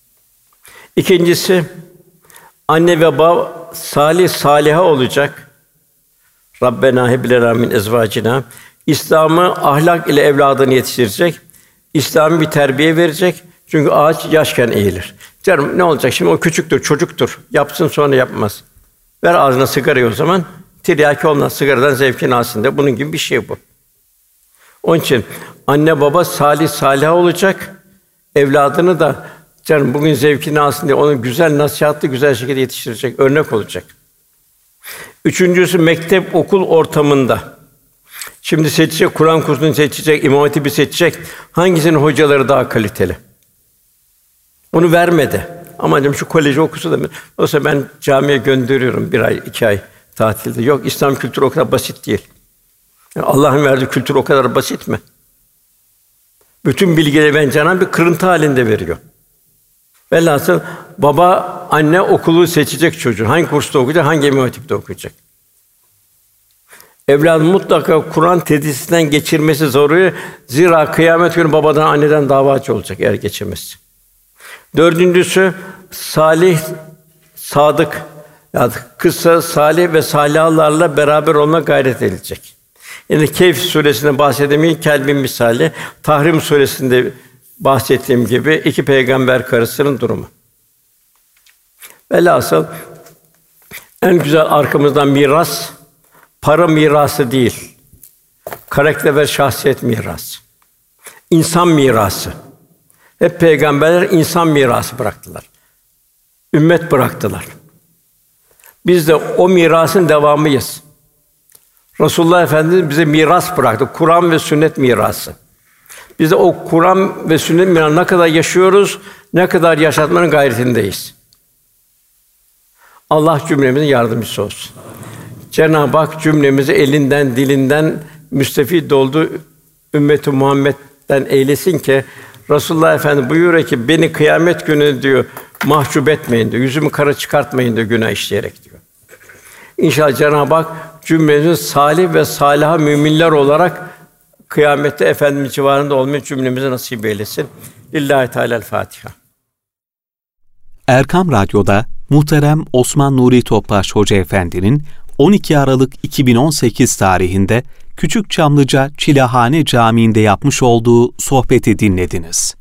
İkincisi, anne ve baba saliha olacak. Rabbena heb lena min ezvacina. İslam'ı ahlak ile evladını yetiştirecek. İslami bir terbiye verecek. Çünkü ağaç yaşken eğilir. Canım ne olacak şimdi, o küçüktür, çocuktur. Yapsın sonra yapmaz. Ver ağzına sigarayı o zaman. Tiryaki olmaz, sigaradan zevkini alsın de. Bunun gibi bir şey bu. Onun için anne baba salih olacak. Evladını da canım bugün zevkini alsın diye onu güzel nasihatli güzel şekilde yetiştirecek, örnek olacak. Üçüncüsü mektep, okul ortamında. Şimdi seçecek, Kur'an kursunu seçecek, İmam Hatip'i seçecek. Hangisinin hocaları daha kaliteli? Onu vermedi. Ama dedim şu koleji okusun da oysa ben camiye gönderiyorum 1 ay, 2 ay tatilde. Yok, İslam kültürü o kadar basit değil. Yani Allah'ın verdiği kültür o kadar basit mi? Bütün bilgileri ben Cenab-ı bir kırıntı halinde veriyor. Velhasıl baba, anne okulu seçecek çocuğu. Hangi kursta okuyacak, hangi İmam Hatip'te okuyacak? Evladın mutlaka Kur'an tedrisinden geçirmesi zaruri. Zira kıyamet günü babadan, anneden davacı olacak eğer geçirmezse. Dördüncüsü salih, sadık. Yani kısa, salih ve salihlerle beraber olma gayret edilecek. Yani Kehf suresinde bahsedemiyor, kelbin misali. Tahrim suresinde bahsettiğim gibi 2 peygamber karısının durumu. Velhasıl en güzel arkamızdan miras, para mirası değil, karakter ve şahsiyet mirası. İnsan mirası. Hep peygamberler insan mirası bıraktılar. Ümmet bıraktılar. Biz de o mirasın devamıyız. Resulullah Efendimiz bize miras bıraktı. Kur'an ve sünnet mirası. Biz de o Kur'an ve sünnet mirası ne kadar yaşıyoruz, ne kadar yaşatmanın gayretindeyiz. Allah cümlemizin yardımcısı olsun. Cenab-ı Hak cümlemizi elinden, dilinden müstefid olduğu ümmeti Muhammed'den eylesin ki Resulullah Efendimiz buyuruyor ki beni kıyamet günü diyor mahcup etmeyin diyor. Yüzümü kara çıkartmayın diyor günah işleyerek diyor. İnşallah Cenab-ı Hak cümlemizi salih ve saliha müminler olarak kıyamette Efendimiz civarında olmayı cümlemize nasip eylesin. Lillahi Teala'l-Fatiha. Erkam Radyo'da muhterem Osman Nuri Topbaş Hoca Efendi'nin 12 Aralık 2018 tarihinde Küçükçamlıca Çilehane Camii'nde yapmış olduğu sohbeti dinlediniz.